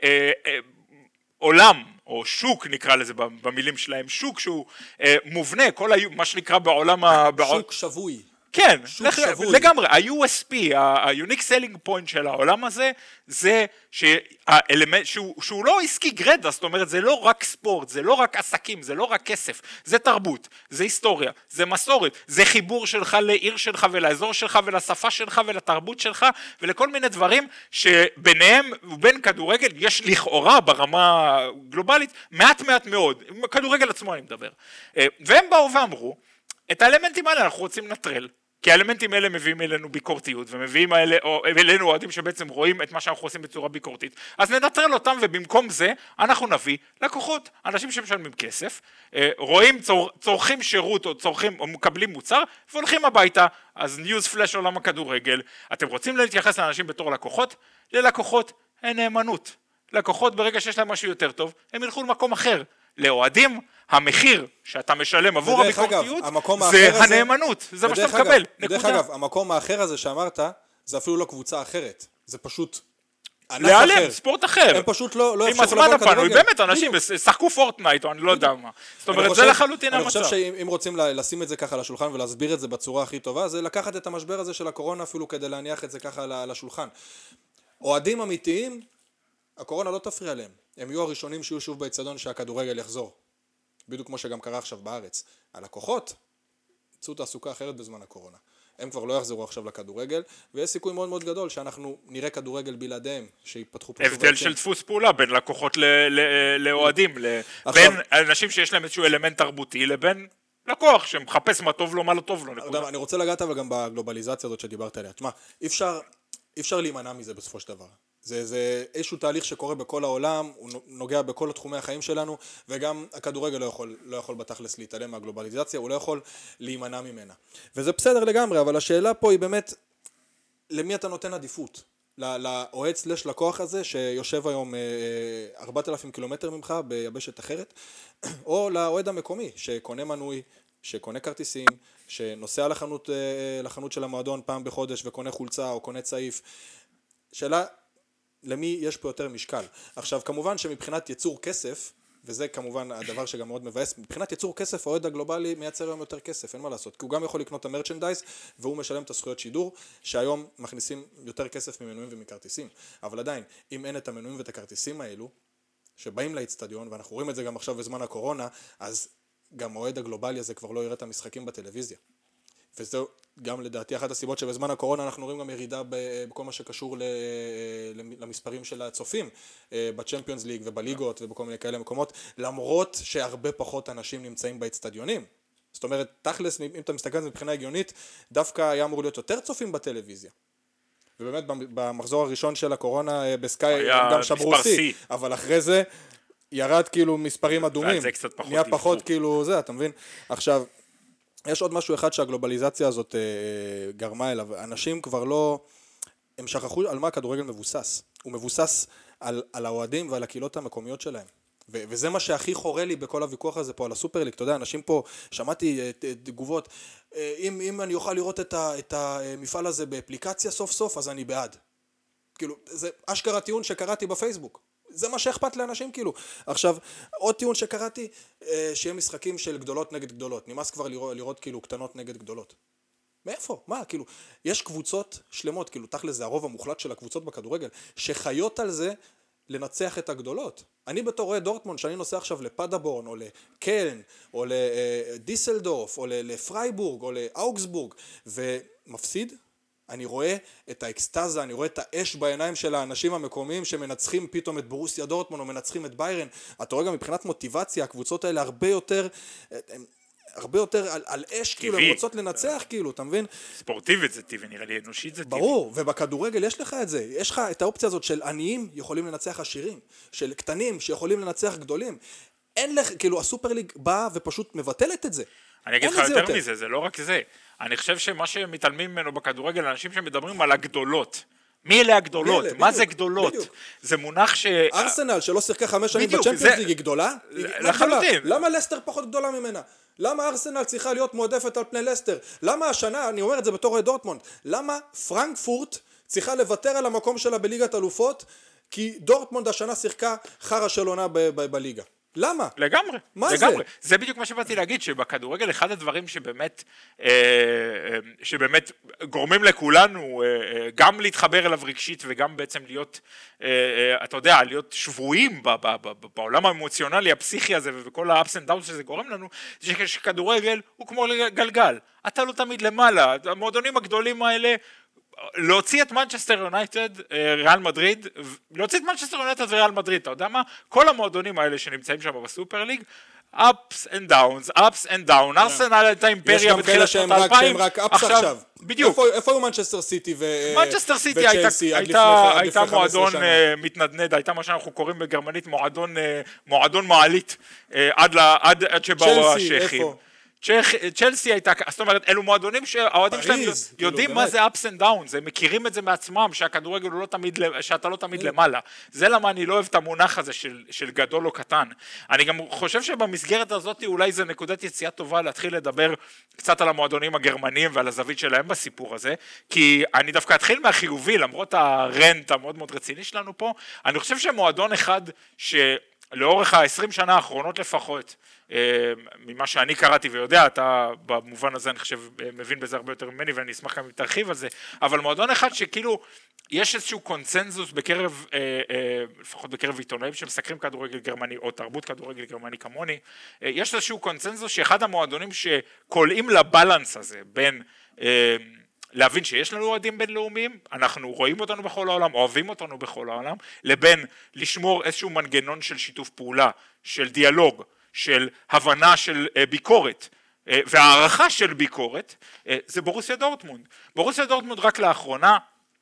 עולם, או שוק נקרא לזה במילים שלהם, שוק שהוא מובנה, מה שנקרא בעולם... שוק שבוי. כן, שוק שבוי. לגמרי, ה-USP, ה-Unique Selling Point של העולם הזה, זה שהאלמנט, שהוא לא עסקי גרדה, זאת אומרת, זה לא רק ספורט, זה לא רק עסקים, זה לא רק כסף, זה תרבות, זה היסטוריה, זה מסורת, זה חיבור שלך לעיר שלך ולאזור שלך ולשפה שלך ולתרבות שלך, ולכל מיני דברים שביניהם ובין כדורגל יש לכאורה ברמה גלובלית מעט מאוד, כדורגל עצמו אני מדבר. והם באו ואמרו, את האלמנטים האלה אנחנו רוצים לנטרל, כי האלמנטים האלה מביאים אלינו ביקורתיות, ומביאים אלינו אוהדים שבעצם רואים את מה שאנחנו עושים בצורה ביקורתית, אז ננטרל אותם, ובמקום זה אנחנו נביא לקוחות, אנשים שמשלמים כסף, רואים, צורכים שירות או מקבלים מוצר, והולכים הביתה. אז ניוז פלאש עולם הכדורגל, אתם רוצים להתייחס לאנשים בתור לקוחות? ללקוחות אין נאמנות. לקוחות ברגע שיש להם משהו יותר טוב, הם ילכו למקום אחר. לאוהדים, המחיר שאתה משלם עבור הביקורתיות, זה הנאמנות, זה מה שאתה מקבל. דרך אגב, המקום האחר הזה שאמרת, זה אפילו לא קבוצה אחרת, זה פשוט ענף אחר. ספורט אחר. הם פשוט לא עם הזמן הפנוי, באמת אנשים שחקו פורטנייט, או אני לא יודע מה. זאת אומרת, זה לחלוטין המצב. אני חושב שאם רוצים לשים את זה ככה על השולחן ולהסביר את זה בצורה הכי טובה, זה לקחת את המשבר הזה של הקורונה אפילו כדי להניח את זה ככה על השולחן. אוהדים אמיתיים, הקורונה לא תפריע להם. הם יהיו הראשונים שיהיו שוב באצטדיון שהכדורגל יחזור. בדיוק כמו שגם קרה עכשיו בארץ. הלקוחות יצאו תעסוקה אחרת בזמן הקורונה. הם כבר לא יחזרו עכשיו לכדורגל, ויש סיכוי מאוד מאוד גדול שאנחנו נראה כדורגל בלעדיהם, שיפתחו פה... הבדל של דפוס פעולה בין לקוחות לאוהדים, בין אנשים שיש להם איזשהו אלמנט תרבותי, לבין לקוח שמחפש מה טוב לו, מה לא טוב לו. אני רוצה לגעת אבל גם בגלובליזציה הזאת שדיברת עליה. תשמע, אי אפשר להימנע מזה בסופו של דבר. זה איזשהו תהליך שקורה בכל העולם, הוא נוגע בכל תחומי החיים שלנו, וגם הכדורגל לא יכול בתכלס להתעלם מהגלובליזציה, הוא לא יכול להימנע ממנה. וזה בסדר לגמרי, אבל השאלה פה היא באמת, למי אתה נותן עדיפות? לאוהד סלש לקוח הזה, שיושב היום 4,000 קילומטר ממך ביבשת אחרת, או לאוהד המקומי, שקונה מנוי, שקונה כרטיסים, שנוסע לחנות של המועדון פעם בחודש וקונה חולצה או קונה צעיף. שאלה, למי יש פה יותר משקל? עכשיו, כמובן שמבחינת יצור כסף, וזה כמובן הדבר שגם מאוד מבאס, מבחינת יצור כסף, האוהד הגלובלי מייצר היום יותר כסף, אין מה לעשות, כי הוא גם יכול לקנות את המרצ'נדייז, והוא משלם את הזכויות שידור, שהיום מכניסים יותר כסף ממנויים ומכרטיסים. אבל עדיין, אם אין את המנויים ואת הכרטיסים האלו, שבאים לאצטדיון, ואנחנו רואים את זה גם עכשיו בזמן הקורונה, אז גם האוהד הגלובלי הזה כבר לא יראה את המשחקים בטלוויזיה. וזהו גם לדעתי אחת הסיבות שבזמן הקורונה אנחנו רואים גם ירידה בכל מה שקשור למספרים של הצופים בצ'מפיונס ליג ובליגות ובכל מיני כאלה מקומות, למרות שהרבה פחות אנשים נמצאים באצטדיונים. זאת אומרת, תכלס, אם אתה מסתכל על זה מבחינה הגיונית, דווקא היה אמור להיות יותר צופים בטלוויזיה. ובאמת במחזור הראשון של הקורונה בסקאי גם שברו שיא, אבל אחרי זה ירד כאילו מספרים אדומים, נהיה פחות כאילו זה, אתה מבין? עכשיו, יש עוד משהו אחד שהגלובליזציה הזאת גרמה אליו, אנשים כבר לא, הם שכחו על מה הכדורגל מבוסס, הוא מבוסס על האוהדים ועל הקהילות המקומיות שלהם, וזה מה שהכי חורה לי בכל הוויכוח הזה פה על הסופרליג, אתה יודע, אנשים פה, שמעתי תגובות, אם אני אוכל לראות את המפעל הזה באפליקציה סוף סוף, אז אני בעד. כאילו, זה אשכרה טיעון שקראתי בפייסבוק. זה מה שאכפת לאנשים כאילו. עכשיו, עוד טיעון שקראתי, שיהיה משחקים של גדולות נגד גדולות. נמאס כבר לראות כאילו קטנות נגד גדולות. מאיפה? מה? כאילו, יש קבוצות שלמות, כאילו, תכל'ס זה הרוב המוחלט של הקבוצות בכדורגל, שחיות על זה לנצח את הגדולות. אני בתור רואה דורטמונד, שאני נוסע עכשיו לפדבורן, או לקלן, או לדיסלדורף, או לפרייבורג, או לאוגסבורג, ומפסיד, אני רואה את האקסטאזה, אני רואה את האש בעיניים של האנשים המקומיים שמנצחים פתאום את ברוסיה דורטמונד או מנצחים את ביירן. אתה רואה גם מבחינת מוטיבציה, הקבוצות האלה הרבה יותר על אש, כאילו, הן רוצות לנצח, כאילו, אתה מבין? ספורטיבית זה טבעי, נראה לי אנושית זה טבעי. ברור, ובכדורגל יש לך את זה. יש לך את האופציה הזאת של עניים יכולים לנצח עשירים, של קטנים שיכולים לנצח גדולים. אין לך, כאילו, הסופרליג באה ופשוט מבטלת את זה. אני אגיד לך יותר מזה, זה לא רק זה. אני חושב שמה שמתעלמים ממנו בכדורגל, אנשים שמדברים על הגדולות. מי אלה הגדולות? מה זה גדולות? זה מונח ש... ארסנל שלא שיחקה 5 שנים בצ'מפיונס ליג היא גדולה? לחלוטין. למה לסטר פחות גדולה ממנה? למה ארסנל צריכה להיות מועדפת על פני לסטר? למה השנה, אני אומר את זה בתור דורטמונד, למה פרנקפורט צריכה לוותר על המקום שלה בליגת אלופות? כי דורטמונד השנה שיחקה חרא של עונה בליגה. למה? לגמרי, מה לגמרי. זה? זה בדיוק מה שבאתי להגיד, שבכדורגל אחד הדברים שבאמת גורמים לכולנו גם להתחבר אליו רגשית וגם בעצם להיות, אתה יודע, להיות שבויים בעולם האמוציונלי, הפסיכי הזה וכל ה-ups and downs שזה גורם לנו, זה שכדורגל הוא כמו גלגל. אתה לא תמיד למעלה, המועדונים הגדולים האלה, להוציא את מנצ'סטר יונייטד, ריאל מדריד, להוציא את מנצ'סטר יונייטד וריאל מדריד, אתה יודע מה? כל המועדונים האלה שנמצאים שם בסופר ליג, ups and downs, ארסנל הייתה אימפריה בתחילת שנות ה-2000, שהם רק ups עכשיו. בדיוק. איפה היו מנצ'סטר סיטי וצ'לסי? מנצ'סטר סיטי הייתה מועדון מתנדנד, הייתה מה שאנחנו קוראים בגרמנית מועדון מעלית, עד שבאו השייחים. צ'לסי הייתה, זאת אומרת, אלו מועדונים שהאוהדים שלהם יודעים מה זה ups and downs, הם מכירים את זה מעצמם, שהכדורגל הוא לא תמיד, שאתה לא תמיד למעלה. זה למה אני לא אוהב את המונח הזה של גדול או קטן. אני גם חושב שבמסגרת הזאת אולי זה נקודת יציאה טובה להתחיל לדבר קצת על המועדונים הגרמניים ועל הזווית שלהם בסיפור הזה, כי אני דווקא אתחיל מהחיובי, למרות הרנט המאוד מאוד רציני שלנו פה, אני חושב שמועדון אחד לאורך ה-20 שנה האחרונות לפחות, ממה שאני קראתי ויודע, אתה במובן הזה אני חושב מבין בזה הרבה יותר ממני ואני אשמח גם אם תרחיב על זה, אבל מועדון אחד שכאילו יש איזשהו קונצנזוס בקרב, לפחות בקרב עיתונאים שמסקרים כדורגל גרמני או תרבות כדורגל גרמני כמוני, יש איזשהו קונצנזוס שאחד המועדונים שקולעים לבלנס הזה בין להבין שיש לנו אוהדים בינלאומיים, אנחנו רואים אותנו בכל העולם, אוהבים אותנו בכל העולם, לבין לשמור איזשהו מנגנון של שיתוף פעולה, של דיאלוג, של הבנה של ביקורת, והערכה של ביקורת, זה בורוסיה דורטמונד. בורוסיה דורטמונד רק לאחרונה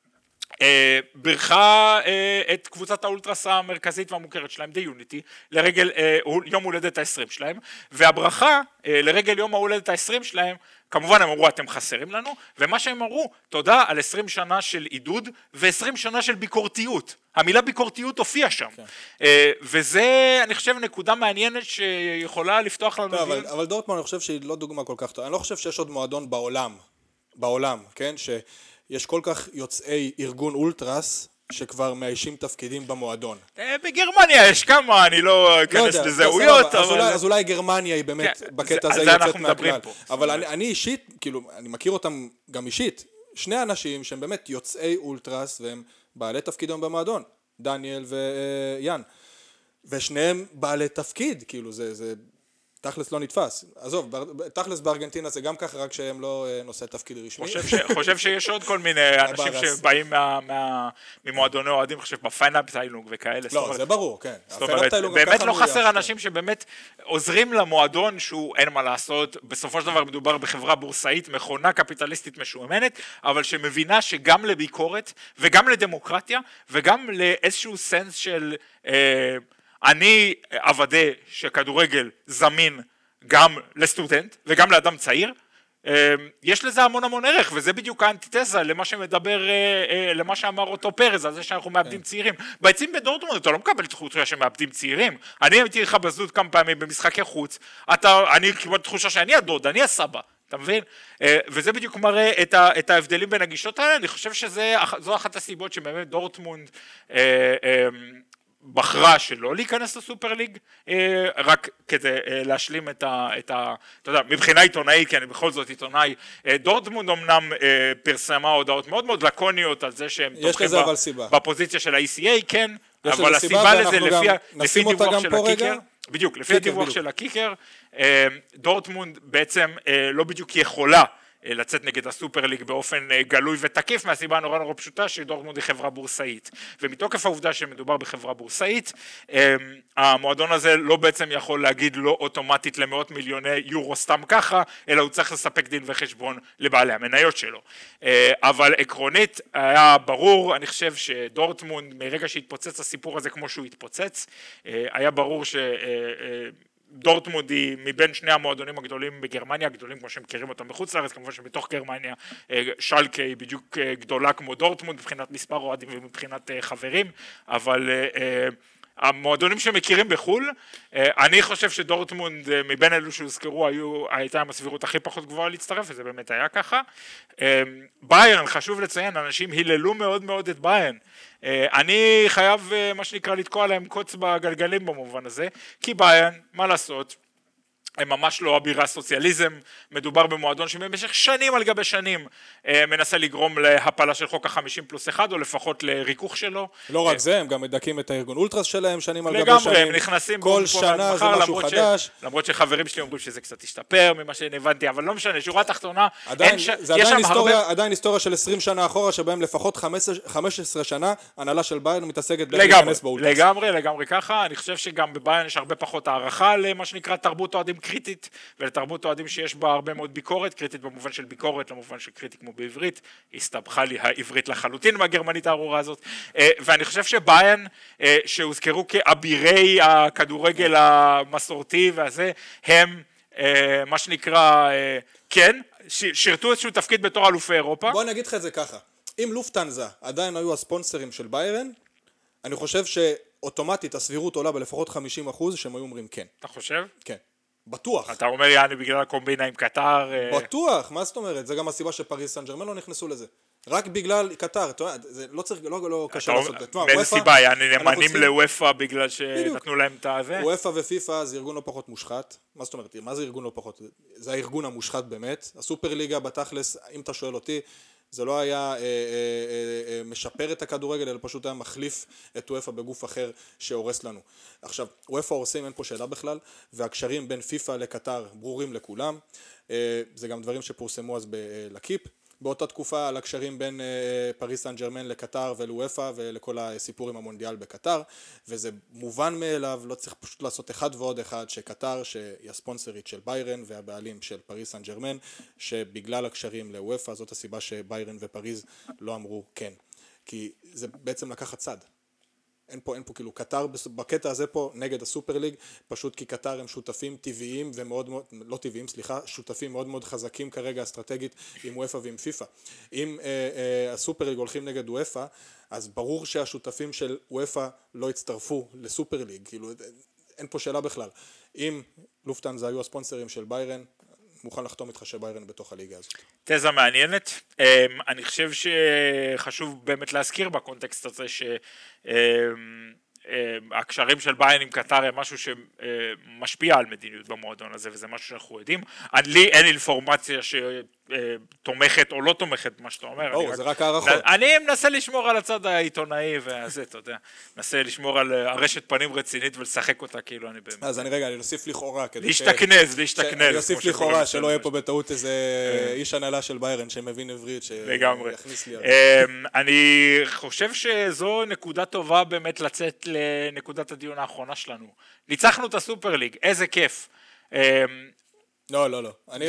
ברכה את קבוצת האולטרס המרכזית והמוכרת שלהם, די יוניטי, לרגל יום הולדת ה-20 שלהם, והברכה לרגל יום ההולדת ה-20 שלהם, כמובן הם אמרו אתם חסרים לנו, ומה שהם אמרו, תודה על 20 שנה של עידוד ו20 שנה של ביקורתיות. המילה ביקורתיות הופיעה שם. וזה, אני חושב, נקודה מעניינת שיכולה לפתוח לנו דיון. אבל דורטמונד אני חושב שהיא לא דוגמה כל כך טובה. אני לא חושב שיש עוד מועדון בעולם, כן? שיש כל כך יוצאי ארגון אולטרס, שכבר מאיישים תפקידים במועדון. בגרמניה יש כמה, אני לא אכנס לזהויות, אבל... אז אולי גרמניה היא באמת בקטע הזה יוצאת מהכלל. אבל אני אישית, כאילו, אני מכיר אותם גם אישית, שני אנשים שהם באמת יוצאי אולטרס, והם בעלי תפקידם במועדון, דניאל ויאן. ושניהם בעלי תפקיד, כאילו, זה תכלס לא נתפס. עזוב, תכלס בארגנטינה זה גם ככה, רק שהם לא נושא תפקיד רשמי. חושב שיש עוד כל מיני אנשים שבאים ממועדוני אוהדים, חושב בפיינאפטיילונג וכאלה. לא, זה ברור, כן. באמת לא חסר אנשים שבאמת עוזרים למועדון שהוא אין מה לעשות, בסופו של דבר מדובר בחברה בורסאית, מכונה קפיטליסטית משועמנת, אבל שמבינה שגם לביקורת וגם לדמוקרטיה וגם לאיזשהו סנס של... אני אוודא שכדורגל זמין גם לסטודנט וגם לאדם צעיר, יש לזה המון ערך, וזה בדיוק האנטיתזה למה שמדבר, למה שאמר אותו פרז, על זה שאנחנו מאבדים צעירים. ביצים בדורטמונד אתה לא מקבל תחושה שמאבדים צעירים, אני הייתי לך בזוד כמה פעמים במשחקי חוץ, אני קיבל תחושה שאני הדוד, אני הסבא, אתה מבין? וזה בדיוק מראה את ההבדלים בין הגישות האלה, אני חושב שזו אחת הסיבות שבאמת דורטמונד בחרה שלא להיכנס לסופר ליג, רק כדי להשלים את אתה יודע, מבחינה עיתונאית, כי אני בכל זאת עיתונאי, דורטמונד אמנם פרסמה הודעות מאוד מאוד לקוניות על זה שהם תומכים בפוזיציה של ה-ECA, כן, אבל הסיבה לזה לפי דיווח של הקיקר, בדיוק, לפי הדיווח של הקיקר, דורטמונד בעצם לא בדיוק יכולה לצאת נגד הסופר ליג באופן גלוי ותקיף, מהסיבה הנורא פשוטה שדורטמונד היא חברה בורסאית, ומתוקף העובדה שמדובר בחברה בורסאית, המועדון הזה לא בעצם יכול להגיד לא אוטומטית למאות מיליוני יורו סתם ככה, אלא הוא צריך לספק דין וחשבון לבעלי המניות שלו. אבל עקרונית היה ברור, אני חושב שדורטמונד מרגע שהתפוצץ הסיפור הזה כמו שהוא התפוצץ, היה ברור דורטמונד היא מבין שני המועדונים הגדולים בגרמניה, הגדולים כמו שמכירים אותם בחוץ לארץ, כמובן שבתוך גרמניה שלקה היא בדיוק גדולה כמו דורטמונד מבחינת מספר אוהדים ומבחינת חברים, אבל המועדונים שמכירים בחול, אני חושב שדורטמונד מבין אלו שהוזכרו הייתה עם הסבירות הכי פחות גבוהה להצטרף, וזה באמת היה ככה. ביירן, חשוב לציין, אנשים היללו מאוד מאוד את ביירן. אני חייב מה שנקרא לתקוע להם קוץ בגלגלים במובן הזה, כי ביירן, מה לעשות, הם ממש לא אבירה סוציאליזם, מדובר במועדון שבמשך שנים על גבי שנים מנסה לגרום להפלה של חוק ה-50+1 או לפחות לריכוך שלו. לא רק זה, הם גם מדקים את הארגון אולטרס שלהם שנים על גבי שנים. לגמרי, הם נכנסים כל שנה זה משהו חדש. למרות שחברים שלי אומרים שזה קצת השתפר ממה שהבנתי, אבל לא משנה, שורה תחתונה, זה עדיין היסטוריה של 20 שנה אחורה, שבהם לפחות 15 שנה הנהלה של ביירן מתעסקת להיכנס באולטרס. לגמרי ככה, אני חושב שגם בביירן יש הרבה פחות הערכה למה שנקרא תרבות אוהדים קריטית, ולתרבות אוהדים שיש בה הרבה מאוד ביקורת, קריטית במובן של ביקורת, למובן של קריטי כמו בעברית, הסתבכה לי העברית לחלוטין מהגרמנית הארורה הזאת, ואני חושב שביירן, שהוזכרו כאבירי הכדורגל המסורתי והזה, הם מה שנקרא, כן, שירתו איזשהו תפקיד בתור אלופי אירופה. בוא נגיד לך את זה ככה, אם לופטנזה עדיין היו הספונסרים של ביירן, אני חושב שאוטומטית הסבירות עולה בלפחות 50% שהם היו אומרים כן. אתה חושב? כן. בטוח. אתה אומר יעני בגלל הקומבינה עם קטר. בטוח, מה זאת אומרת? זה גם הסיבה שפריז סן ז'רמן לא נכנסו לזה. רק בגלל קטר, זה לא צריך, לא קשה לעשות את זה. מאיזה סיבה, יעני נאמנים לוופא בגלל שנתנו להם את הזה? וופא ופיפא זה ארגון לא פחות מושחת. מה זאת אומרת? מה זה ארגון לא פחות? זה הארגון המושחת באמת. הסופר ליגה בתכלס, אם אתה שואל אותי, זה לא היה משפר את הכדורגל, אלא פשוט היה מחליף את וופא בגוף אחר שהורס לנו. עכשיו, וופא הורסים, אין פה שאלה בכלל, והקשרים בין פיפא לקטר ברורים לכולם. זה גם דברים שפורסמו אז בלקיפ. באותה תקופה על הקשרים בין פריז סן ז'רמן לקטר ולוופא ולכל הסיפור עם המונדיאל בקטר, וזה מובן מאליו, לא צריך פשוט לעשות אחד ועוד אחד, שקטר שהיא הספונסרית של ביירן והבעלים של פריז סן ז'רמן, שבגלל הקשרים לוופא זאת הסיבה שביירן ופריז לא אמרו כן, כי זה בעצם לקחת צד. אין פה כאילו קטר בקטע הזה פה נגד הסופר ליג, פשוט כי קטר הם שותפים טבעיים ומאוד מאוד, לא טבעיים סליחה, שותפים מאוד מאוד חזקים כרגע אסטרטגית עם וופא ועם פיפא. אם הסופר ליג הולכים נגד וופא, אז ברור שהשותפים של וופא לא יצטרפו לסופר ליג, כאילו אין פה שאלה בכלל. אם לופטנזה היו הספונסרים של ביירן, מוכן לחתום איתך שביירן בתוך הליגה הזאת. תזה מעניינת. אני חושב שחשוב באמת להזכיר בקונטקסט הזה שהקשרים של ביירן עם קטר הם משהו שמשפיע על מדיניות במועדון הזה, וזה משהו שאנחנו יודעים. לי אין אינפורמציה שתומכת או לא תומכת מה שאתה אומר. זה רק הערכות. אני מנסה לשמור על הצד העיתונאי וזה, אתה יודע. מנסה לשמור על הרשת פנים רצינית ולשחק אותה כאילו אני באמת. אז אני אוסיף לכאורה. להשתכנז. אני אוסיף לכאורה שלא יהיה פה בטעות איזה איש הנהלה של ביירן שמבין עברית שיכניס לי. אני חושב שזו נקודה טובה באמת לצאת לנקודת הדיון האחרונה שלנו. ניצחנו את הסופר ליג, איזה כיף. לא.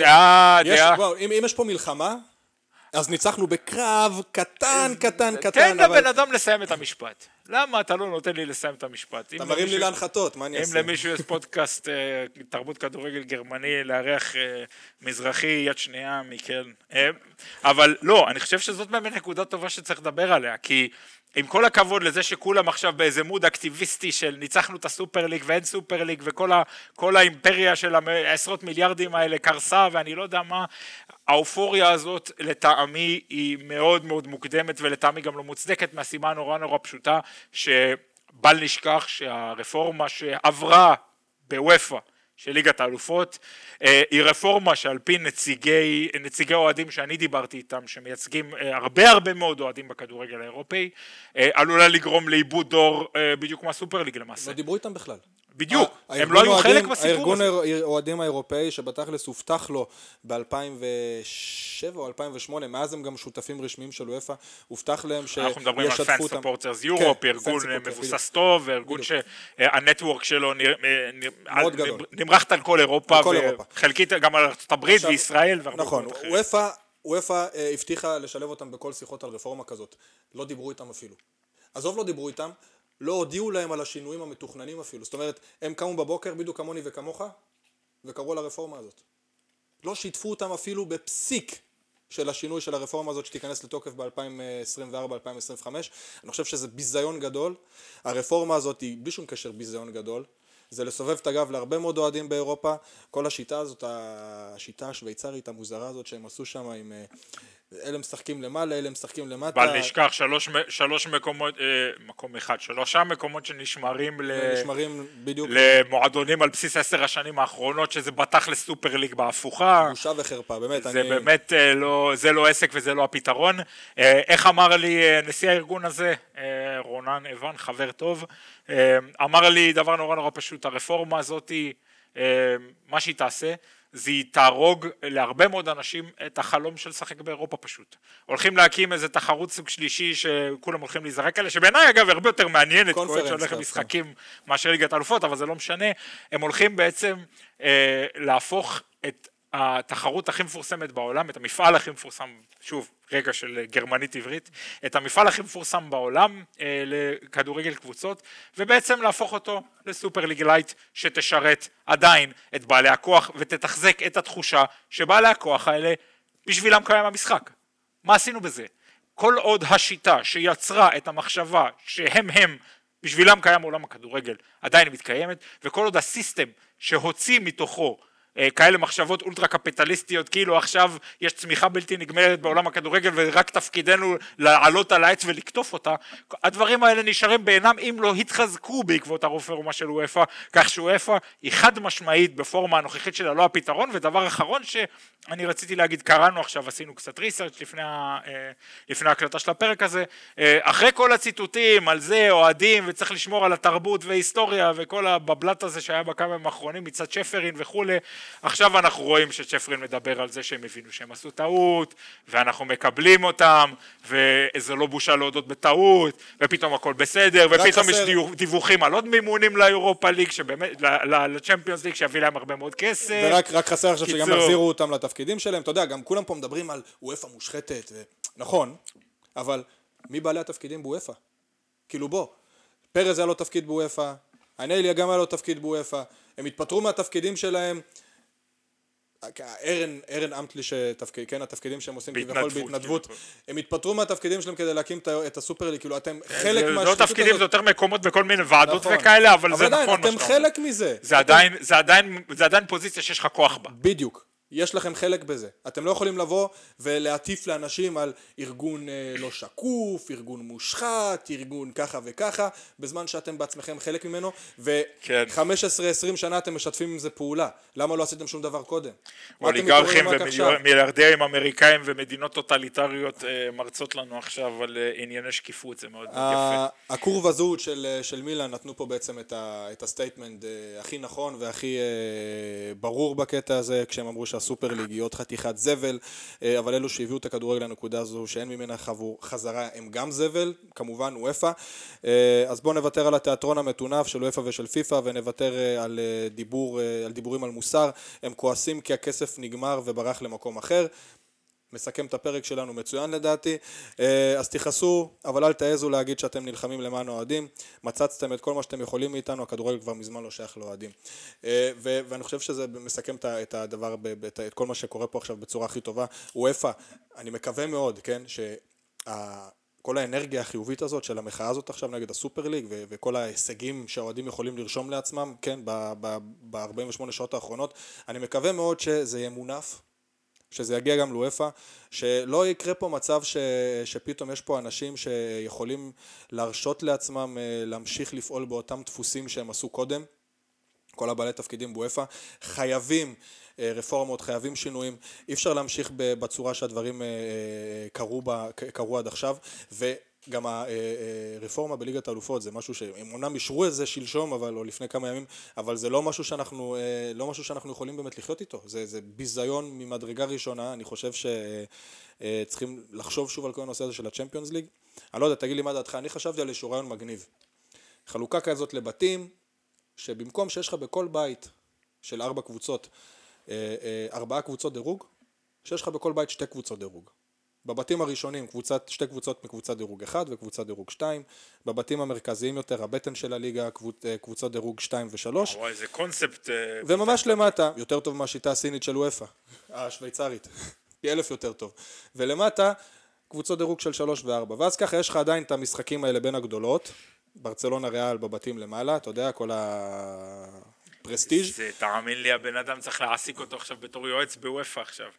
אם יש פה מלחמה, אז ניצחנו בקרב קטן. תן לבן אדם לסיים את המשפט. למה אתה לא נותן לי לסיים את המשפט? אתה מרים לי להנחתות, מה אני אעשה? אם למישהו יש פודקאסט תרבות כדורגל גרמני, לארח מזרחי יד שנייה מקל. אבל לא, אני חושב שזאת באמת נקודה טובה שצריך לדבר עליה, כי עם כל הכבוד לזה שכולם עכשיו באיזה מוד אקטיביסטי של ניצחנו את הסופר ליג ואין סופר ליג וכל האימפריה של העשרות מיליארדים האלה קרסה ואני לא יודע מה, האופוריה הזאת לטעמי היא מאוד מאוד מוקדמת ולטעמי גם לא מוצדקת מהסיבה נורא פשוטה שבל נשכח שהרפורמה שעברה בוופא של ליגת האלופות היא רפורמה שעל פי נציגי אוהדים שאני דיברתי איתם שמייצגים הרבה מאוד אוהדים בכדורגל האירופאי עלולה לגרום לאיבוד דור בדיוק כמו הסופר ליג למעשה. לא דיברו איתם בכלל. בדיוק, הם לא היו חלק מהסיפור הזה. הארגון האוהדים האירופאי שבתכלס הובטח לו ב-2007 או 2008, מאז הם גם שותפים רשמיים של וופא, הובטח להם שישתפו אותם. אנחנו מדברים על Fans Supporters Europe, ארגון מבוסס טוב, ארגון שהנטוורק שלו נמרחת על כל אירופה, וחלקית גם על ארצות הברית וישראל. נכון, וופא הבטיחה לשלב אותם בכל שיחות על רפורמה כזאת, לא דיברו איתם אפילו. עזוב לא דיברו איתם, לא הודיעו להם על השינויים המתוכננים אפילו. זאת אומרת, הם קמו בבוקר, בדיוק כמוני וכמוך, וקראו על הרפורמה הזאת. לא שיתפו אותם אפילו בפסיק. של השינוי של הרפורמה הזאת שתיכנס לתוקף ב-2024-2025. אני חושב שזה ביזיון גדול. הרפורמה הזאת היא בלי שום קשר ביזיון גדול. זה לסובב את הגב להרבה מאוד אוהדים באירופה. כל השיטה הזאת, השיטה השוויצרית המוזרה הזאת שהם עשו שם עם אלה משחקים למעלה, אלה משחקים למטה. בל נשכח שלוש מקומות, מקום אחד, 3 מקומות שנשמרים בדיוק למועדונים על בסיס 10 השנים האחרונות, שזה בטח לסופר ליג בהפוכה. בושה וחרפה, באמת. זה באמת לא, זה לא עסק וזה לא הפתרון. איך אמר לי נשיא הארגון הזה, רונן אבן, חבר טוב, אמר לי דבר נורא פשוט, הרפורמה הזאת, מה שהיא תעשה, זה תהרוג להרבה מאוד אנשים את החלום של לשחק באירופה פשוט. הולכים להקים איזה תחרות סוג שלישי שכולם הולכים להיזרק עליה, שבעיניי אגב הרבה יותר מעניינת, כל שהולך למשחקים מאשר ליגת האלופות, אבל זה לא משנה. הם הולכים בעצם להפוך את התחרות הכי מפורסמת בעולם, את המפעל הכי מפורסם, שוב, רגע של גרמנית עברית, את המפעל הכי מפורסם בעולם לכדורגל קבוצות, ובעצם להפוך אותו לסופר ליג לייט שתשרת עדיין את בעלי הכוח ותתחזק את התחושה שבעלי הכוח האלה בשבילם קיים המשחק. מה עשינו בזה? כל עוד השיטה שיצרה את המחשבה שהם בשבילם קיים עולם הכדורגל עדיין מתקיימת, וכל עוד הסיסטם שהוציא מתוכו כאלה מחשבות אולטרה קפיטליסטיות, כאילו עכשיו יש צמיחה בלתי נגמרת בעולם הכדורגל ורק תפקידנו לעלות על העץ ולקטוף אותה, הדברים האלה נשארים בעינם אם לא התחזקו בעקבות הרפורמה של וופא, כך שוופא היא חד משמעית בפורמה הנוכחית שלה לא הפתרון. ודבר אחרון שאני רציתי להגיד, קראנו עכשיו, עשינו קצת ריסרצ' לפני ההקלטה של הפרק הזה, אחרי כל הציטוטים על זה אוהדים וצריך לשמור על התרבות וההיסטוריה וכל הבבלת הזה שהיה בכמה ימים האחרונים מצד שפרין וכולי, עכשיו אנחנו רואים שצ'פרין מדבר על זה שהם הבינו שהם עשו טעות ואנחנו מקבלים אותם וזה לא בושה להודות בטעות ופתאום הכל בסדר ופתאום יש דיווחים על עוד מימונים לאירופה ליג, לצ'מפיונס ליג שיביא להם הרבה מאוד כסף, ורק חסר עכשיו שגם יחזירו אותם לתפקידים שלהם. אתה יודע, גם כולם פה מדברים על וופא מושחתת, נכון, אבל מי בעלי התפקידים בוופא? כאילו בוא, פרז היה לו תפקיד בוופא, אנליה גם היה לו תפקיד בוופא, הם התפטרו מהתפקידים שלהם, ארן אמטלי שתפקיד, כן, התפקידים שהם עושים כביכול בהתנדבות, הם התפטרו מהתפקידים שלהם כדי להקים את הסופר ליג, כאילו אתם חלק מהשליטות הזאת. לא תפקידים, זה יותר מקומות בכל מיני ועדות וכאלה, אבל זה נכון. אבל עדיין, אתם חלק מזה. זה עדיין פוזיציה שיש לך כוח בה. בדיוק. יש לכם חלק בזה. אתם לא יכולים לבוא ולהטיף לאנשים על ארגון לא שקוף, ארגון מושחת, ארגון ככה וככה, בזמן שאתם בעצמכם חלק ממנו, ו-15-20 שנה אתם משתפים עם זה פעולה. למה לא עשיתם שום דבר קודם? אוליגרכים ומיליארדרים אמריקאים ומדינות טוטליטריות מרצות לנו עכשיו על ענייני שקיפות, זה מאוד יפה. הקורב הזו של מילאן נתנו פה בעצם את הסטייטמנט הכי נכון והכי ברור בקטע הזה, כשהם אמרו הסופר ליג היא עוד חתיכת זבל, אבל אלו שהביאו את הכדורגל לנקודה הזו שאין ממנה חזרה הם גם זבל, כמובן וופא. אז בואו נוותר על התיאטרון המתונף של וופא ושל פיפא ונוותר על דיבורים על מוסר. הם כועסים כי הכסף נגמר וברח למקום אחר. מסכם את הפרק שלנו מצוין לדעתי, אז תכעסו, אבל אל תעזו להגיד שאתם נלחמים למען אוהדים, מצצתם את כל מה שאתם יכולים מאיתנו, הכדורגל כבר מזמן לא שייך לאוהדים, ואני חושב שזה מסכם את הדבר, את כל מה שקורה פה עכשיו בצורה הכי טובה. וופא, אני מקווה מאוד, כן, כל האנרגיה החיובית הזאת של המחאה הזאת עכשיו נגד הסופר ליג וכל ההישגים שהאוהדים יכולים לרשום לעצמם, כן, ב-48 שעות האחרונות, אני מקווה מאוד שזה יהיה מונף, שזה יגיע גם לוופא, שלא יקרה פה מצב שפתאום יש פה אנשים שיכולים להרשות לעצמם להמשיך לפעול באותם דפוסים שהם עשו קודם. כל הבעלי תפקידים בוופא חייבים רפורמות, חייבים שינויים, אי אפשר להמשיך בצורה שהדברים קרו עד עכשיו, גם הרפורמה בליגת האלופות זה משהו שהם אומנם אישרו את זה שלשום או לפני כמה ימים, אבל זה לא משהו שאנחנו יכולים באמת לחיות איתו. זה ביזיון ממדרגה ראשונה. אני חושב שצריכים לחשוב שוב על כל הנושא הזה של הצ'מפיונס ליג. אני לא יודע, תגיד לי מה דעתך. אני חשבתי על איזשהו רעיון מגניב, חלוקה כזאת לבתים, שבמקום שיש לך בכל בית של 4 קבוצות 4 קבוצות דירוג, שיש לך בכל בית 2 קבוצות דירוג. בבתים הראשונים 2 קבוצות מקבוצת דירוג 1 וקבוצת דירוג 2, בבתים המרכזיים יותר הבטן של הליגה קבוצות דירוג 2 ו3. וואי, זה קונספט. וממש למטה, יותר טוב מהשיטה הסינית של וופא, השוויצרית. פי אלף יותר טוב. ולמטה, קבוצות דירוג של 3 ו-4. ואז ככה יש לך עדיין את המשחקים האלה בין הגדולות, ברצלונה ריאל בבתים למעלה, אתה יודע, כל הפרסטיג'. זה, תאמין לי, הבן אדם צריך להעסיק אותו עכשיו בתור יועץ בוופא עכשיו.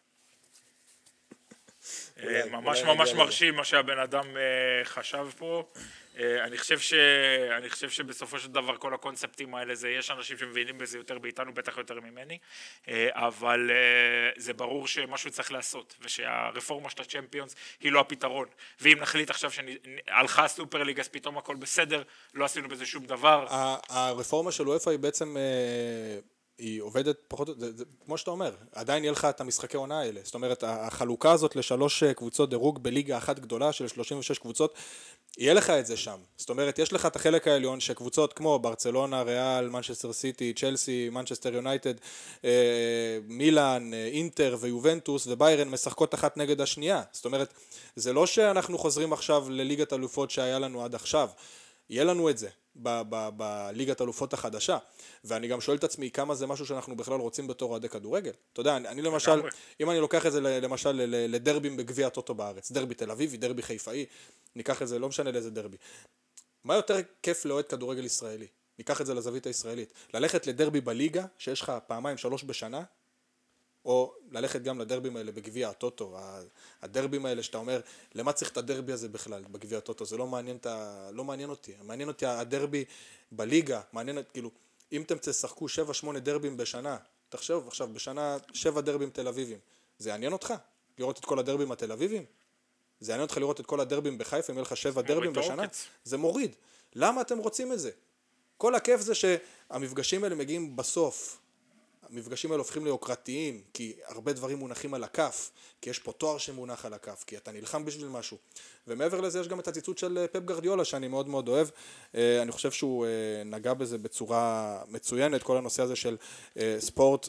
ממש ממש מרשים מה שהבן אדם חשב פה. אני חושב שבסופו של דבר כל הקונספטים האלה, יש אנשים שמבינים בזה יותר באיתנו, בטח יותר ממני, אבל זה ברור שמשהו צריך לעשות, ושהרפורמה של הצ'מפיונס היא לא הפתרון. ואם נחליט עכשיו שהלכה הסופר ליג, אז פתאום הכל בסדר, לא עשינו בזה שום דבר. הרפורמה של וופא היא בעצם היא עובדת פחות, זה, כמו שאתה אומר, עדיין יהיה לך את המשחקי עונה האלה, זאת אומרת, החלוקה הזאת לשלוש קבוצות דירוג בליגה אחת גדולה של 36 קבוצות, יהיה לך את זה שם, זאת אומרת, יש לך את החלק העליון שקבוצות כמו ברצלונה, ריאל, מנצ'סטר סיטי, צ'לסי, מנצ'סטר יונייטד, מילאן, אינטר ויובנטוס וביירן משחקות אחת נגד השנייה, זאת אומרת, זה לא שאנחנו חוזרים עכשיו לליגת אלופות שהיה לנו עד עכשיו, יהיה לנו את זה בליגת אלופות החדשה, ואני גם שואל את עצמי כמה זה משהו שאנחנו בכלל רוצים בתור אוהדי כדורגל. אתה יודע, אני למשל, אם אני לוקח את זה למשל לדרבים בגביע הטוטו בארץ, דרבי תל אביבי, דרבי חיפאי, ניקח את זה, לא משנה לאיזה דרבי. מה יותר כיף לאוהד כדורגל ישראלי? ניקח את זה לזווית הישראלית. ללכת לדרבי בליגה, שיש לך פעמיים 3 בשנה, או ללכת גם לדרבים האלה בגביע הטוטו, הדרבים האלה שאתה אומר, למה צריך את הדרבי הזה בכלל בגביע הטוטו? זה לא מעניין אותי. מעניין אותי הדרבי בליגה, כאילו, אם אתם תשחקו 7-8 דרבים בשנה, תחשוב עכשיו, בשנה 7 דרבים תל אביבים, זה יעניין אותך? לראות את כל הדרבים התל אביבים? זה יעניין אותך לראות את כל הדרבים בחיפה, אם יהיה לך 7 דרבים בשנה? זה מוריד. למה אתם רוצים את זה? כל הכיף זה שהמפגשים האלה מגיעים בסוף. המפגשים האלה הופכים ליוקרתיים, כי הרבה דברים מונחים על הכף, כי יש פה תואר שמונח על הכף, כי אתה נלחם בשביל משהו. ומעבר לזה יש גם את הציטוט של פפ גרדיולה, שאני מאוד מאוד אוהב. אני חושב שהוא נגע בזה בצורה מצוינת, כל הנושא הזה של ספורט.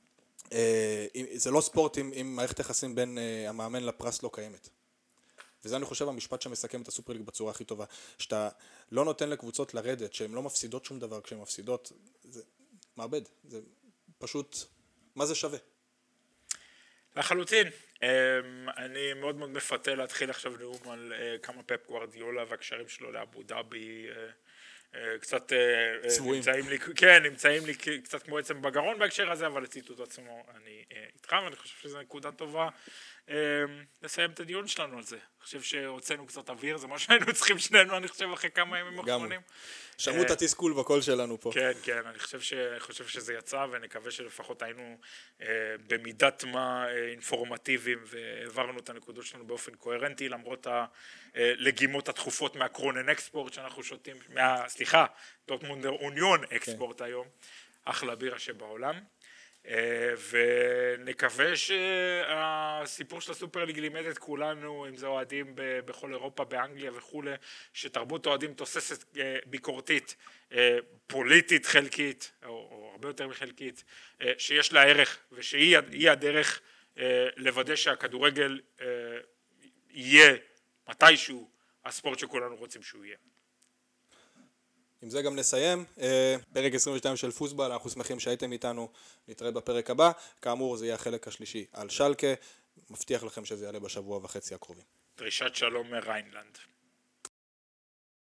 זה לא ספורט אם מערכת יחסים בין המאמן לפרס לא קיימת. וזה אני חושב המשפט שמסכם את הסופר ליג בצורה הכי טובה, שאתה לא נותן לקבוצות לרדת, שהן לא מפסידות שום דבר, כשהן מפסידות, זה מאבד, זה פשוט, מה זה שווה? לחלוטין, אני מאוד מאוד מפתה להתחיל עכשיו נאום על כמה פפ גוארדיולה והקשרים שלו לאבו דאבי, קצת נמצאים לי קצת כמו עצם בגרון בהקשר הזה, אבל הציטוט עצמו אני איתך, ואני חושב שזו נקודה טובה לסיים את הדיון שלנו על זה. אני חושב שהוצאנו קצת אוויר, זה מה שהיינו צריכים שנינו, אני חושב, אחרי כמה ימים אחרונים. שמעו את התסכול בקול שלנו פה. כן, כן, אני חושב שזה יצא, ונקווה שלפחות היינו במידת מה אינפורמטיביים, והעברנו את הנקודות שלנו באופן קוהרנטי, למרות הלגימות התכופות מהקרונן אקספורט שאנחנו שותים, דורטמונדר אוניון אקספורט היום, אחלה בירה שבעולם. ונקווה שהסיפור של הסופר ליג לימד את כולנו, אם זה אוהדים בכל אירופה, באנגליה וכו', שתרבות אוהדים תוססת ביקורתית, פוליטית חלקית, או הרבה יותר מחלקית, שיש לה ערך, ושהיא הדרך לוודא שהכדורגל יהיה מתישהו הספורט שכולנו רוצים שהוא יהיה. עם זה גם נסיים, פרק 22 של פוסבל, אנחנו שמחים שהייתם איתנו, נתראה בפרק הבא, כאמור זה יהיה החלק השלישי על שלקה, מבטיח לכם שזה יעלה בשבוע וחצי הקרובים. דרישת שלום מריינלנד.